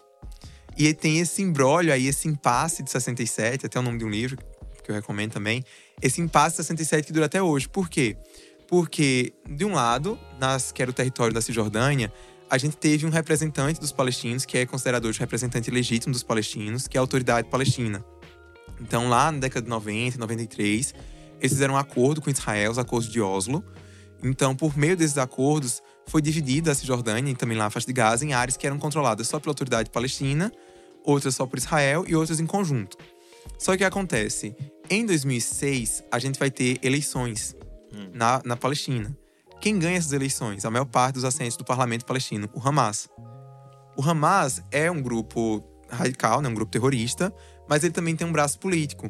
E tem esse imbróglio aí, esse impasse de sessenta e sete, até o nome de um livro que eu recomendo também, esse impasse de sessenta e sete que dura até hoje. Por quê? Porque, de um lado, nas, que era o território da Cisjordânia, a gente teve um representante dos palestinos, que é considerado hoje o representante legítimo dos palestinos, que é a Autoridade Palestina. Então, lá na década de noventa, noventa e três, eles fizeram um acordo com Israel, os acordos de Oslo. Então, por meio desses acordos, foi dividida a Cisjordânia, e também lá a faixa de Gaza, em áreas que eram controladas só pela Autoridade Palestina, outras só por Israel e outras em conjunto. Só que o que acontece? Em dois mil e seis, a gente vai ter eleições hum. na, na Palestina. Quem ganha essas eleições? A maior parte dos assentos do parlamento palestino, o Hamas. O Hamas é um grupo radical, né, um grupo terrorista, mas ele também tem um braço político.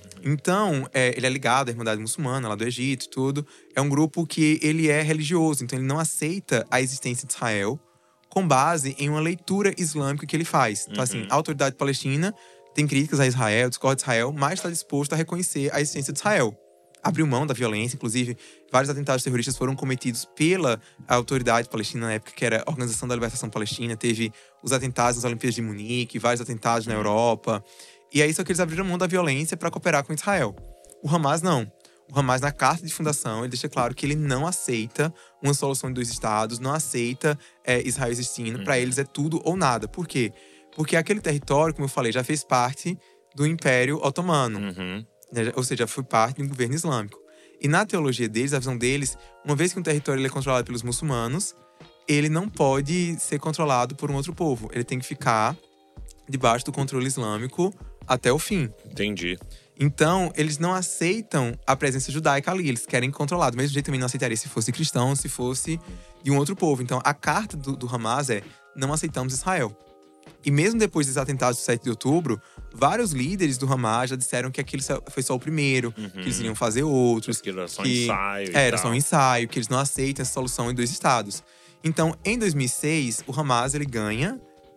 Então, é, ele é ligado à Irmandade Muçulmana, lá do Egito e tudo. É um grupo que ele é religioso, então ele não aceita a existência de Israel com base em uma leitura islâmica que ele faz. Então, uhum. assim, a Autoridade Palestina tem críticas a Israel, discorda de Israel, mas está disposto a reconhecer a existência de Israel. Abriu mão da violência, inclusive, vários atentados terroristas foram cometidos pela Autoridade Palestina na época, que era a Organização da Libertação Palestina. Teve os atentados nas Olimpíadas de Munique, vários atentados na Europa. E aí, só que eles abriram mão da violência para cooperar com Israel. O Hamas, não. O Hamas, na carta de fundação, ele deixa claro que ele não aceita uma solução de dois estados, não aceita é, Israel existindo. Uhum. Para eles é tudo ou nada. Por quê? Porque aquele território, como eu falei, já fez parte do Império Otomano. Uhum. Ou seja, foi parte de um governo islâmico. E na teologia deles, a visão deles, uma vez que um território ele é controlado pelos muçulmanos, ele não pode ser controlado por um outro povo. Ele tem que ficar debaixo do controle islâmico até o fim. Entendi. Então, eles não aceitam a presença judaica ali. Eles querem controlar. Do mesmo jeito, também não aceitaria se fosse cristão, se fosse de um outro povo. Então, a carta do, do Hamas é: não aceitamos Israel. E mesmo depois dos atentados do sete de outubro, vários líderes do Hamas já disseram que aquilo foi só o primeiro, uhum. que eles iriam fazer outros. Que era só que, um ensaio. É, era só um ensaio, que eles não aceitam essa solução em dois estados. Então, em dois mil e seis, o Hamas ele ganha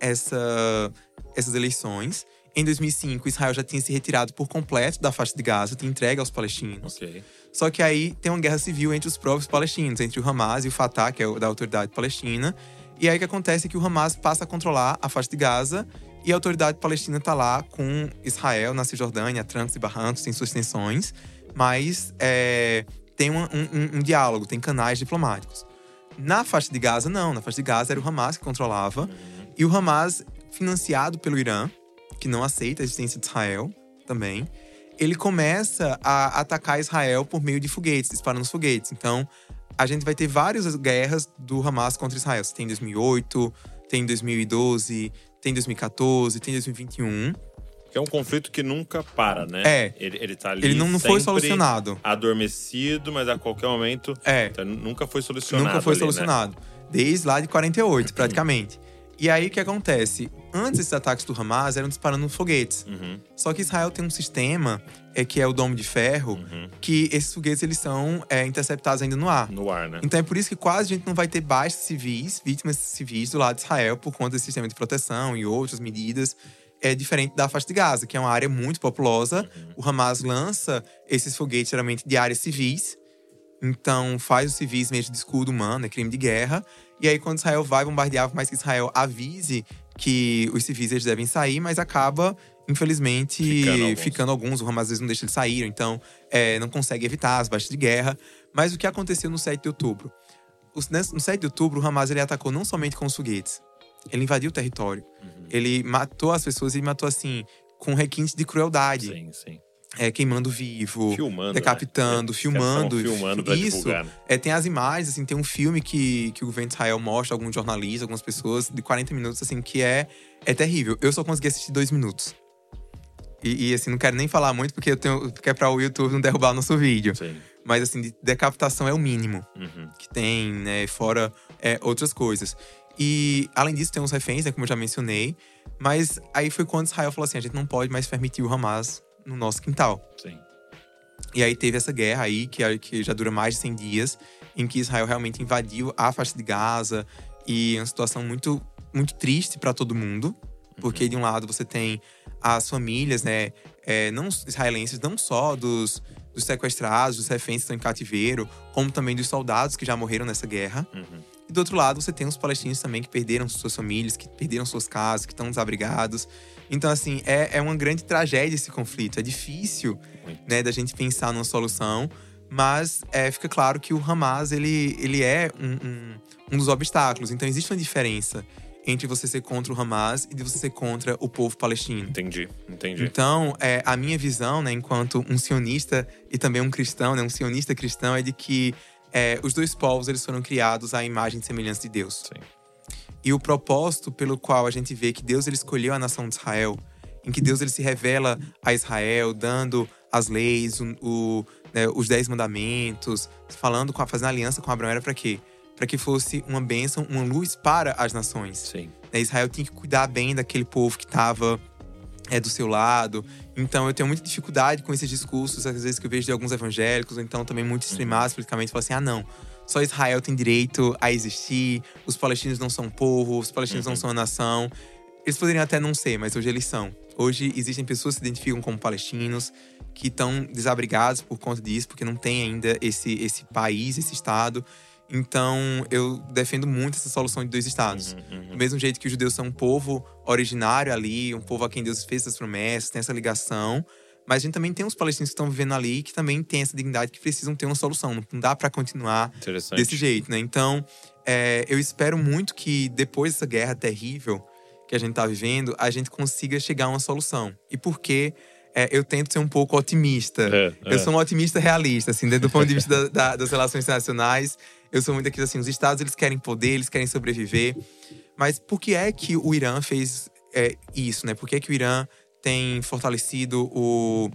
essa, essas eleições. Em dois mil e cinco, Israel já tinha se retirado por completo da faixa de Gaza, tinha entregue aos palestinos. Okay. Só que aí tem uma guerra civil entre os próprios palestinos, entre o Hamas e o Fatah, que é o da Autoridade Palestina. E aí o que acontece é que o Hamas passa a controlar a faixa de Gaza e a Autoridade Palestina tá lá com Israel na Cisjordânia, trancos e barrancos, tem suas tensões. Mas é, tem um, um, um diálogo, tem canais diplomáticos. Na faixa de Gaza, não. Na faixa de Gaza era o Hamas que controlava. Uhum. E o Hamas, financiado pelo Irã, que não aceita a existência de Israel também, ele começa a atacar Israel por meio de foguetes, disparando os foguetes. Então, a gente vai ter várias guerras do Hamas contra Israel. Você tem em dois mil e oito, tem em dois mil e doze, tem em dois mil e quatorze, tem em dois mil e vinte e um. Que é um conflito que nunca para, né? É. Ele, ele tá ali Ele não, não foi solucionado. Adormecido, mas a qualquer momento… É. Então, nunca foi solucionado. Nunca foi ali, solucionado. Né? Desde lá de quarenta e oito, praticamente. E aí, o que acontece? Antes desses ataques do Hamas, eram disparando foguetes. Uhum. Só que Israel tem um sistema, é, que é o Domo de Ferro, uhum. que esses foguetes, eles são é, interceptados ainda no ar. No ar, né? Então é por isso que quase a gente não vai ter baixas civis, vítimas civis do lado de Israel, por conta desse sistema de proteção e outras medidas. É diferente da faixa de Gaza, que é uma área muito populosa. Uhum. O Hamas lança esses foguetes, geralmente, de áreas civis. Então, faz os civis mesmo de escudo humano, é crime de guerra. E aí, quando Israel vai bombardear, por mais que Israel avise que os civis eles devem sair, mas acaba, infelizmente, ficando alguns. ficando alguns. O Hamas às vezes não deixa eles saírem, então é, não consegue evitar as baixas de guerra. Mas o que aconteceu no sete de outubro? No sete de outubro, o Hamas ele atacou não somente com os foguetes. Ele invadiu o território. Uhum. Ele matou as pessoas, ele matou assim, com requintes de crueldade. Sim, sim. É, queimando vivo, filmando, decapitando, né? filmando. filmando pra Isso. Divulgar, né? É, tem as imagens, assim, tem um filme que, que o governo de Israel mostra, alguns jornalistas, algumas pessoas, de quarenta minutos, assim, que é, é terrível. Eu só consegui assistir dois minutos. E, e, assim, não quero nem falar muito, porque eu tenho, porque é pra o YouTube não derrubar o nosso vídeo. Sim. Mas, assim, de decapitação é o mínimo uhum. que tem, né? Fora é, outras coisas. E, além disso, tem uns reféns, né? Como eu já mencionei. Mas aí foi quando Israel falou assim, a gente não pode mais permitir o Hamas no nosso quintal. Sim. E aí teve essa guerra aí, que, que já dura mais de cem dias, em que Israel realmente invadiu a faixa de Gaza. E é uma situação muito, muito triste para todo mundo. Porque, uhum. de um lado, você tem as famílias, né, é, não israelenses, não só dos, dos sequestrados, dos reféns que estão em cativeiro, como também dos soldados que já morreram nessa guerra. Uhum. E do outro lado, você tem os palestinos também que perderam suas famílias, que perderam suas casas, que estão desabrigados. Então, assim, é, é uma grande tragédia esse conflito. É difícil, né, da gente pensar numa solução. Mas é, fica claro que o Hamas, ele, ele é um, um, um dos obstáculos. Então, existe uma diferença entre você ser contra o Hamas e de você ser contra o povo palestino. Entendi, entendi. Então, é, a minha visão, né, enquanto um sionista e também um cristão, né, um sionista cristão, é de que é, os dois povos eles foram criados à imagem e semelhança de Deus. Sim. E o propósito pelo qual a gente vê que Deus ele escolheu a nação de Israel, em que Deus ele se revela a Israel, dando as leis, o, o, né, os dez mandamentos, falando, com a, fazendo aliança com Abraão, era para quê? Para que fosse uma bênção, uma luz para as nações. Sim. Né, Israel tinha que cuidar bem daquele povo que estava é, do seu lado. Então, eu tenho muita dificuldade com esses discursos, às vezes que eu vejo de alguns evangélicos, ou então também muito extremados uhum. politicamente, falam assim, ah, não, só Israel tem direito a existir, os palestinos não são povo, os palestinos uhum. não são a nação. Eles poderiam até não ser, mas hoje eles são. Hoje existem pessoas que se identificam como palestinos, que estão desabrigados por conta disso, porque não tem ainda esse, esse país, esse estado. Então, eu defendo muito essa solução de dois estados. Uhum, uhum. Do mesmo jeito que os judeus são um povo originário ali, um povo a quem Deus fez essas promessas, tem essa ligação. Mas a gente também tem os palestinos que estão vivendo ali, que também têm essa dignidade, que precisam ter uma solução. Não dá para continuar desse jeito, né? Então, é, eu espero muito que depois dessa guerra terrível que a gente tá vivendo, a gente consiga chegar a uma solução. E por quê? É, eu tento ser um pouco otimista. É, é. Eu sou um otimista realista, assim, desde o ponto de vista da, da, das relações internacionais. Eu sou muito aqui, assim, os estados, eles querem poder, eles querem sobreviver. Mas por que é que o Irã fez é, isso, né? Por que é que o Irã tem fortalecido o,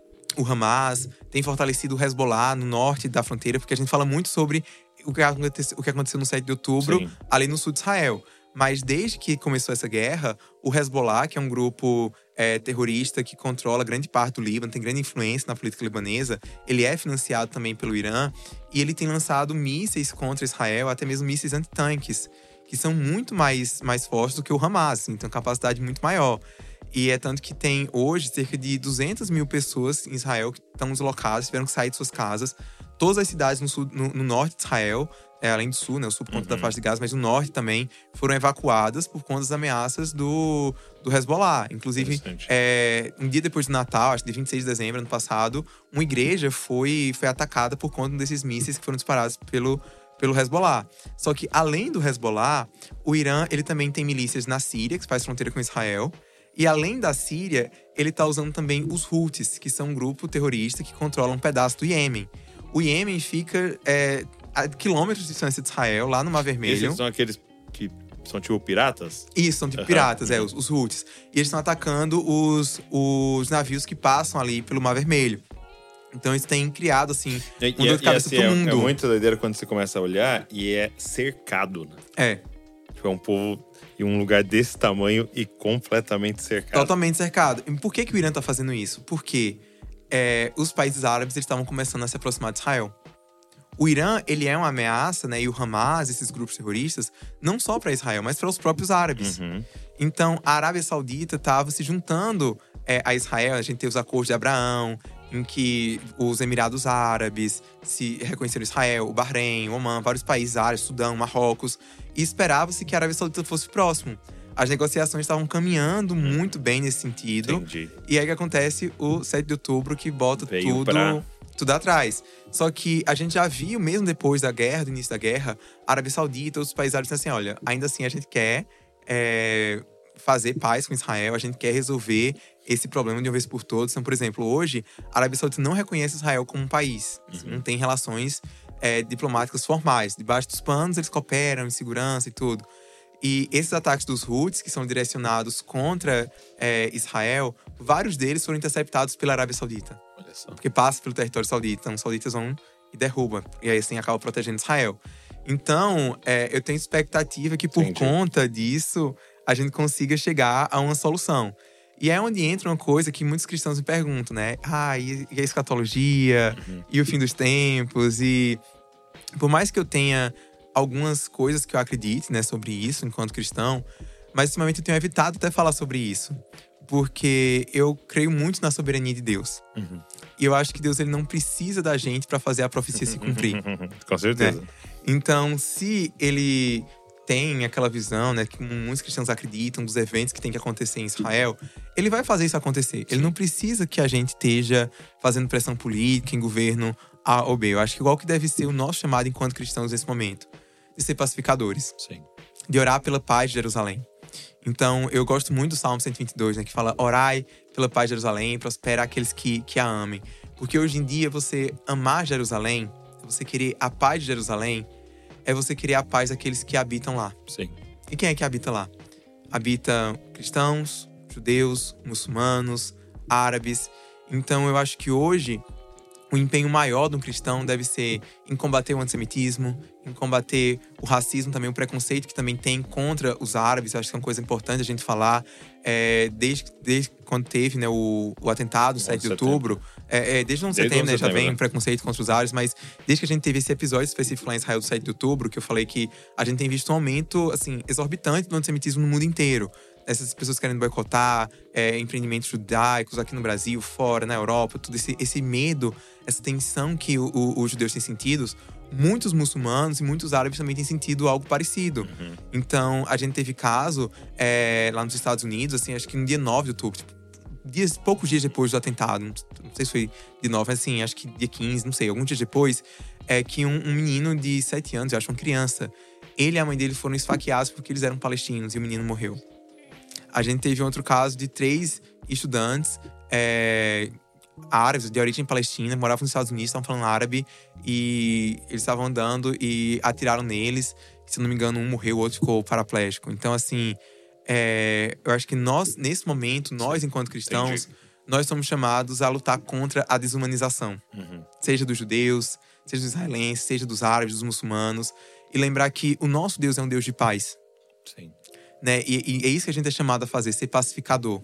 o Hamas, tem fortalecido o Hezbollah no norte da fronteira? Porque a gente fala muito sobre o que aconteceu, o que aconteceu no sete de outubro, Sim. ali no sul de Israel. Mas desde que começou essa guerra, o Hezbollah, que é um grupo é, terrorista que controla grande parte do Líbano, tem grande influência na política libanesa, ele é financiado também pelo Irã. E ele tem lançado mísseis contra Israel, até mesmo mísseis antitanques, que são muito mais, mais fortes do que o Hamas, então capacidade muito maior. E é tanto que tem hoje cerca de duzentas mil pessoas em Israel que estão deslocadas, tiveram que sair de suas casas. Todas as cidades no, sul, no, no norte de Israel, é, além do sul, né, o sul por conta uhum. da faixa de Gaza, mas o norte também, foram evacuadas por conta das ameaças do, do Hezbollah. Inclusive, é, um dia depois do Natal, acho que de vinte e seis de dezembro, ano passado, uma igreja foi, foi atacada por conta desses mísseis que foram disparados pelo, pelo Hezbollah. Só que, além do Hezbollah, o Irã ele também tem milícias na Síria, que faz fronteira com Israel. E além da Síria, ele está usando também os Houthis, que são um grupo terrorista que controla um pedaço do Iêmen. O Iêmen fica é, a quilômetros de distância de Israel, lá no Mar Vermelho. Esses são aqueles que são tipo piratas? Isso, são tipo uhum. piratas, é, os, os Houthis. E eles estão atacando os, os navios que passam ali pelo Mar Vermelho. Então eles têm criado, assim, e, um dor de cabeça assim, pro é, mundo. É muito doideira quando você começa a olhar e é cercado, né? É. Tipo, é um povo em um lugar desse tamanho e completamente cercado. Totalmente cercado. E por que, que o Irã tá fazendo isso? Porque é, os países árabes estavam começando a se aproximar de Israel. O Irã, ele é uma ameaça, né? E o Hamas, esses grupos terroristas, não só para Israel, mas para os próprios árabes. Uhum. Então, a Arábia Saudita estava se juntando é, a Israel. A gente teve os acordos de Abraão, em que os Emirados Árabes se reconheceram Israel, o Bahrein, o Omã, vários países árabes, Sudão, Marrocos. E esperava-se que a Arábia Saudita fosse próximo. As negociações estavam caminhando muito bem nesse sentido. Entendi. E aí que acontece o sete de outubro, que bota Veio tudo, pra... tudo atrás. Só que a gente já viu, mesmo depois da guerra, do início da guerra, a Arábia Saudita, outros países árabes assim, olha, ainda assim a gente quer é, fazer paz com Israel, a gente quer resolver esse problema de uma vez por todas. Então, por exemplo, hoje, a Arábia Saudita não reconhece Israel como um país. Uhum. Não tem relações é, diplomáticas formais. Debaixo dos panos, eles cooperam em segurança e tudo. E esses ataques dos Houthis, que são direcionados contra é, Israel, vários deles foram interceptados pela Arábia Saudita. Olha só. Porque passa pelo território saudita. Então, os sauditas vão e derrubam. E aí, assim, acaba protegendo Israel. Então, é, eu tenho expectativa que, por Entendi. conta disso, a gente consiga chegar a uma solução. E é onde entra uma coisa que muitos cristãos me perguntam, né? Ah, e a escatologia? Uhum. E o fim dos tempos? E por mais que eu tenha algumas coisas que eu acredite, né, sobre isso enquanto cristão, mas ultimamente eu tenho evitado até falar sobre isso. Porque eu creio muito na soberania de Deus. Uhum. E eu acho que Deus ele não precisa da gente para fazer a profecia se cumprir. Com certeza. Né? Então, se ele tem aquela visão, né, que muitos cristãos acreditam dos eventos que tem que acontecer em Israel, ele vai fazer isso acontecer. Ele não precisa que a gente esteja fazendo pressão política em governo A ou B. Eu acho que igual que deve ser o nosso chamado enquanto cristãos nesse momento, de ser pacificadores. Sim. De orar pela paz de Jerusalém. Então, eu gosto muito do Salmo cento e vinte e dois, né, que fala: orai pela paz de Jerusalém, prospera aqueles que, que a amem. Porque hoje em dia, você amar Jerusalém, você querer a paz de Jerusalém, é você querer a paz daqueles que habitam lá. Sim. E quem é que habita lá? Habita cristãos, judeus, muçulmanos, árabes. Então, eu acho que hoje o empenho maior de um cristão deve ser em combater o antissemitismo, em combater o racismo também, o preconceito que também tem contra os árabes. Eu acho que é uma coisa importante a gente falar. É, desde, desde quando teve, né, o, o atentado, sete de outubro, é, é, desde o onze de setembro, né, já vem um preconceito contra os árabes, mas desde que a gente teve esse episódio específico lá em Israel do sete de outubro, que eu falei que a gente tem visto um aumento, assim, exorbitante do antissemitismo no mundo inteiro. Essas pessoas querendo boicotar é, empreendimentos judaicos aqui no Brasil, fora, na Europa, todo esse, esse medo, essa tensão que o, o, os judeus têm sentido. Muitos muçulmanos e muitos árabes também têm sentido algo parecido. Uhum. Então, a gente teve caso é, lá nos Estados Unidos, assim, acho que no dia nove de outubro, tipo, dias, poucos dias depois do atentado, não, não sei se foi de nove, assim, acho que dia quinze, não sei, alguns dias depois, é que um, um menino de sete anos, eu acho, uma criança, ele e a mãe dele foram esfaqueados porque eles eram palestinos e o menino morreu. A gente teve outro caso de três estudantes é, árabes de origem palestina, moravam nos Estados Unidos, estavam falando árabe e eles estavam andando e atiraram neles. Se não me engano, um morreu, o outro ficou paraplégico. Então, assim, é, eu acho que nós, nesse momento, nós, enquanto cristãos, Entendi. nós somos chamados a lutar contra a desumanização. Uhum. Seja dos judeus, seja dos israelenses, seja dos árabes, dos muçulmanos. E lembrar que o nosso Deus é um Deus de paz. Sim. né? E, e é isso que a gente é chamado a fazer, ser pacificador.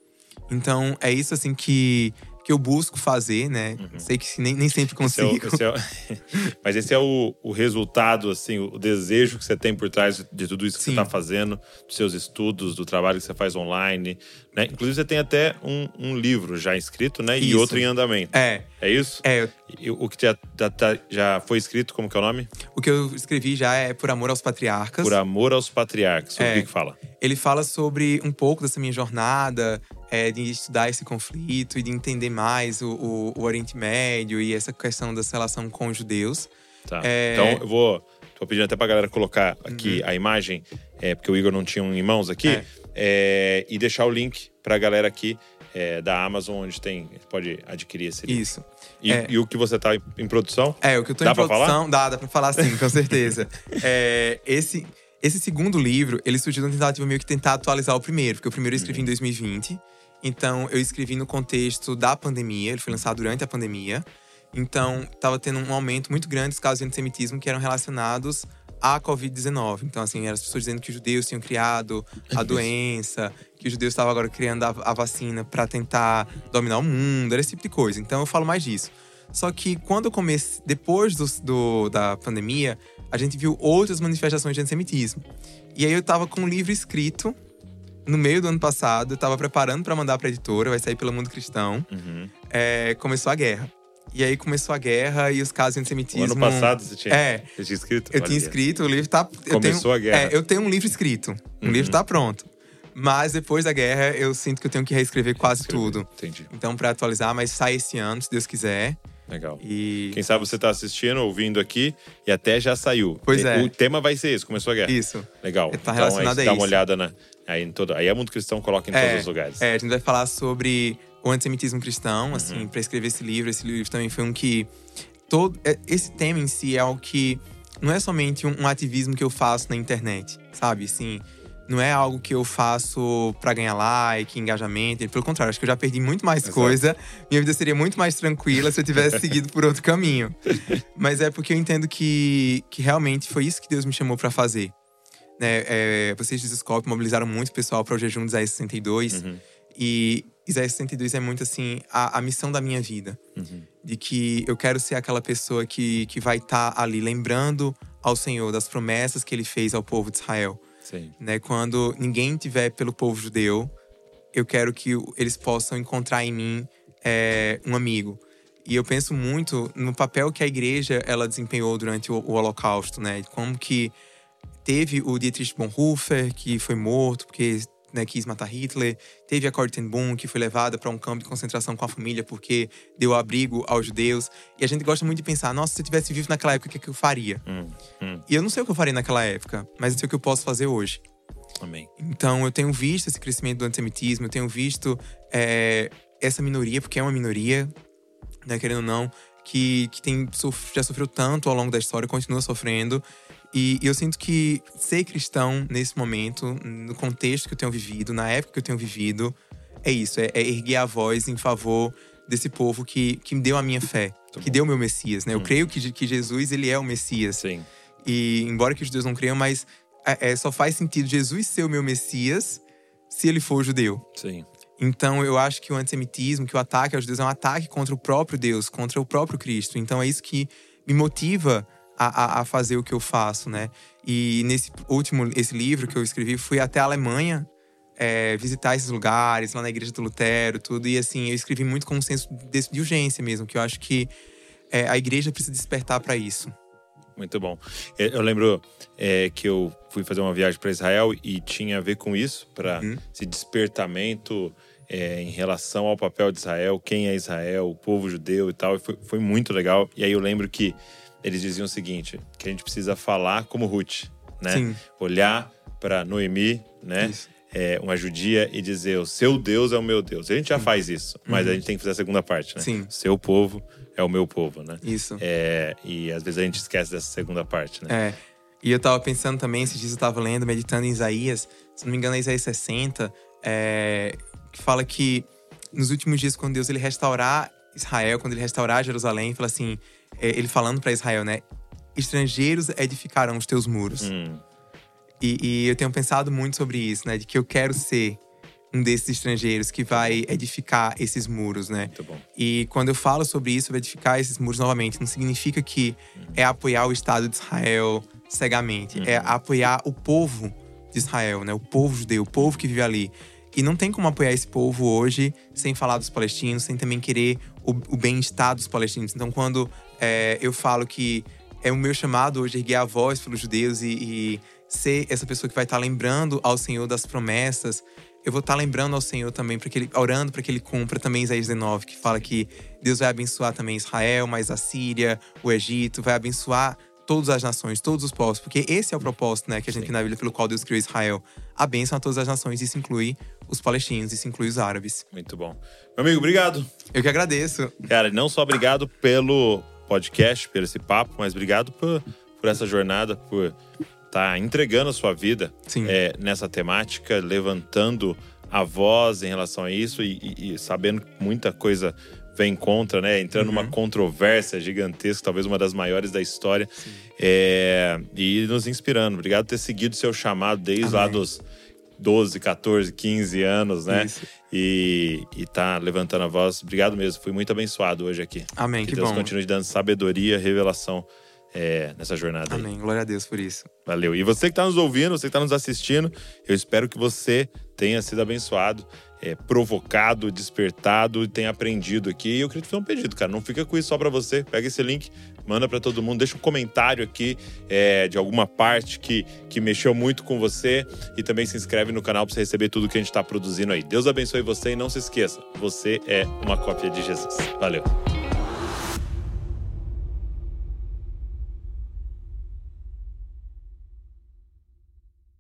Então, é isso assim que, que eu busco fazer, né? Uhum. Sei que nem, nem sempre consigo. Esse é o, esse é o, mas esse é o, o resultado, assim, o desejo que você tem por trás de tudo isso que Sim. você está fazendo, dos seus estudos, do trabalho que você faz online, né? Inclusive, você tem até um, um livro já escrito, né? Isso. E outro em andamento. É. É isso? É. E o que já, já, já foi escrito, como que é o nome? O que eu escrevi já é Por Amor aos Patriarcas. Por Amor aos Patriarcas. Sobre é. o que que fala? Ele fala sobre um pouco dessa minha jornada, é, de estudar esse conflito e de entender mais o, o, o Oriente Médio e essa questão dessa relação com os judeus. Tá. É... Então, eu vou… Tô pedindo até pra galera colocar aqui uhum. a imagem, é, porque o Igor não tinha um em mãos aqui. É. É, e deixar o link pra galera aqui é, da Amazon, onde tem… Pode adquirir esse livro. Isso. E, é. e o que você tá em produção? É, o que eu tô dá em produção… Pra falar? Dá, dá pra falar sim, com certeza. é, esse… Esse segundo livro, ele surgiu na tentativa meio que tentar atualizar o primeiro. Porque o primeiro eu escrevi uhum. em dois mil e vinte. Então, eu escrevi no contexto da pandemia. Ele foi lançado durante a pandemia. Então, estava tendo um aumento muito grande dos casos de antissemitismo que eram relacionados à covid dezenove. Então, assim, eram as pessoas dizendo que os judeus tinham criado a doença. Que os judeus estavam agora criando a, a vacina para tentar dominar o mundo. Era esse tipo de coisa. Então, eu falo mais disso. Só que quando eu comecei… Depois do, do, da pandemia… a gente viu outras manifestações de antissemitismo. E aí eu tava com um livro escrito no meio do ano passado, eu tava preparando para mandar pra editora, vai sair pelo Mundo Cristão. Uhum. É, começou a guerra. E aí começou a guerra e os casos de antissemitismo… O ano passado você tinha, é, você tinha escrito? Eu tinha escrito, o livro tá… Começou eu tenho, a guerra. É, eu tenho um livro escrito, o uhum. livro tá pronto. Mas depois da guerra, eu sinto que eu tenho que reescrever quase Escrever. tudo. Entendi. Então, pra atualizar, mas sai esse ano, se Deus quiser. Legal. E… Quem sabe você tá assistindo, ouvindo aqui e até já saiu. Pois é. O tema vai ser esse, começou a guerra. Isso. Legal. Tá então relacionado aí a dá isso. uma olhada na… Aí, em todo, aí é Mundo Cristão, coloca em é, todos os lugares. É, a gente vai falar sobre o antissemitismo cristão, uhum. assim, pra escrever esse livro. Esse livro também foi um que… Todo, esse tema em si é algo que não é somente um, um ativismo que eu faço na internet, sabe? Assim, não é algo que eu faço pra ganhar like, engajamento. Pelo contrário, acho que eu já perdi muito mais Exato. coisa. Minha vida seria muito mais tranquila se eu tivesse seguido por outro caminho. Mas é porque eu entendo que, que realmente foi isso que Deus me chamou pra fazer. Né? É, vocês do Scope mobilizaram muito o pessoal para o jejum de Isaías sessenta e dois. Uhum. E Isaías sessenta e dois é muito assim, a, a missão da minha vida. Uhum. De que eu quero ser aquela pessoa que, que vai estar tá ali lembrando ao Senhor das promessas que Ele fez ao povo de Israel. Sim. Né? Quando ninguém tiver pelo povo judeu, eu quero que eles possam encontrar em mim é, um amigo. E eu penso muito no papel que a igreja ela desempenhou durante o, o Holocausto, né? Como que teve o Dietrich Bonhoeffer, que foi morto porque… Né, quis matar Hitler. Teve a Corrie ten Boom, que foi levada para um campo de concentração com a família porque deu abrigo aos judeus. E a gente gosta muito de pensar, nossa, se eu tivesse vivo naquela época, o que, é que eu faria? Hum, hum. E eu não sei o que eu faria naquela época, mas eu sei o que eu posso fazer hoje. Amém. Então, eu tenho visto esse crescimento do antissemitismo, eu tenho visto é, essa minoria, porque é uma minoria, né, querendo ou não, que, que tem, já sofreu tanto ao longo da história, continua sofrendo. E eu sinto que ser cristão nesse momento, no contexto que eu tenho vivido, na época que eu tenho vivido, é isso, é, é erguer a voz em favor desse povo que, que me deu a minha fé, Muito que bom. deu o meu Messias, né? Eu hum. creio que, que Jesus, ele é o Messias. Sim. E embora que os judeus não creiam, mas é, é, só faz sentido Jesus ser o meu Messias se ele for judeu. Sim. Então eu acho que o antissemitismo, que o ataque aos judeus é um ataque contra o próprio Deus, contra o próprio Cristo. Então é isso que me motiva A, a, a fazer o que eu faço, né? E nesse último, esse livro que eu escrevi, fui até a Alemanha é, visitar esses lugares, lá na igreja do Lutero, tudo. E assim, eu escrevi muito com um senso de, de urgência mesmo, que eu acho que é, a igreja precisa despertar para isso. Muito bom. Eu lembro é, que eu fui fazer uma viagem para Israel e tinha a ver com isso, para uhum. esse despertamento é, em relação ao papel de Israel, quem é Israel, o povo judeu e tal. E foi, foi muito legal. E aí eu lembro que eles diziam o seguinte, que a gente precisa falar como Ruth, né? Sim. Olhar para Noemi, né? É, uma judia e dizer, o seu Deus é o meu Deus. A gente já Sim. faz isso, mas uhum. a gente tem que fazer a segunda parte, né? Sim. Seu povo é o meu povo, né? Isso. É, e às vezes a gente esquece dessa segunda parte, né? É. E eu tava pensando também, esses dias eu tava lendo, meditando em Isaías, se não me engano é Isaías sessenta, é, que fala que nos últimos dias, quando Deus ele restaurar Israel, quando ele restaurar Jerusalém, fala assim, ele falando para Israel, né? Estrangeiros edificarão os teus muros. Hum. E, e eu tenho pensado muito sobre isso, né? De que eu quero ser um desses estrangeiros que vai edificar esses muros, né? Muito bom. E quando eu falo sobre isso, sobre edificar esses muros novamente, não significa que uhum. é apoiar o Estado de Israel cegamente. Uhum. É apoiar o povo de Israel, né? O povo judeu, o povo que vive ali. E não tem como apoiar esse povo hoje sem falar dos palestinos, sem também querer o, o bem-estar dos palestinos. Então, quando é, eu falo que é o meu chamado hoje erguer a voz pelos judeus e, e ser essa pessoa que vai estar lembrando ao Senhor das promessas, eu vou estar lembrando ao Senhor também, para que ele, orando para que Ele cumpra também Isaías dezenove, que fala que Deus vai abençoar também Israel, mas a Síria, o Egito, vai abençoar todas as nações, todos os povos. Porque esse é o propósito, né, que a gente tem na Bíblia, pelo qual Deus criou Israel. A bênção a todas as nações, isso inclui os palestinos, isso inclui os árabes. Muito bom. Meu amigo, obrigado. Eu que agradeço. Cara, não só obrigado pelo podcast, pelo esse papo, mas obrigado por, por essa jornada, por tá entregando a sua vida é, nessa temática, levantando a voz em relação a isso e, e, e sabendo que muita coisa vem contra, né? Entrando uhum. numa controvérsia gigantesca, talvez uma das maiores da história. É, e nos inspirando. Obrigado por ter seguido seu chamado desde Amém. Lá dos doze, catorze, quinze anos, né? Isso. E, e tá levantando a voz. Obrigado mesmo. Fui muito abençoado hoje aqui. Amém, que, que Deus bom. continue dando sabedoria, revelação É, nessa jornada. Amém. Aí. Glória a Deus por isso. Valeu. E você que está nos ouvindo, você que está nos assistindo, eu espero que você tenha sido abençoado, é, provocado, despertado e tenha aprendido aqui. E eu queria te fazer um pedido, cara. Não fica com isso só para você. Pega esse link, manda para todo mundo. Deixa um comentário aqui é, de alguma parte que, que mexeu muito com você. E também se inscreve no canal para você receber tudo que a gente está produzindo aí. Deus abençoe você e não se esqueça, você é uma cópia de Jesus. Valeu.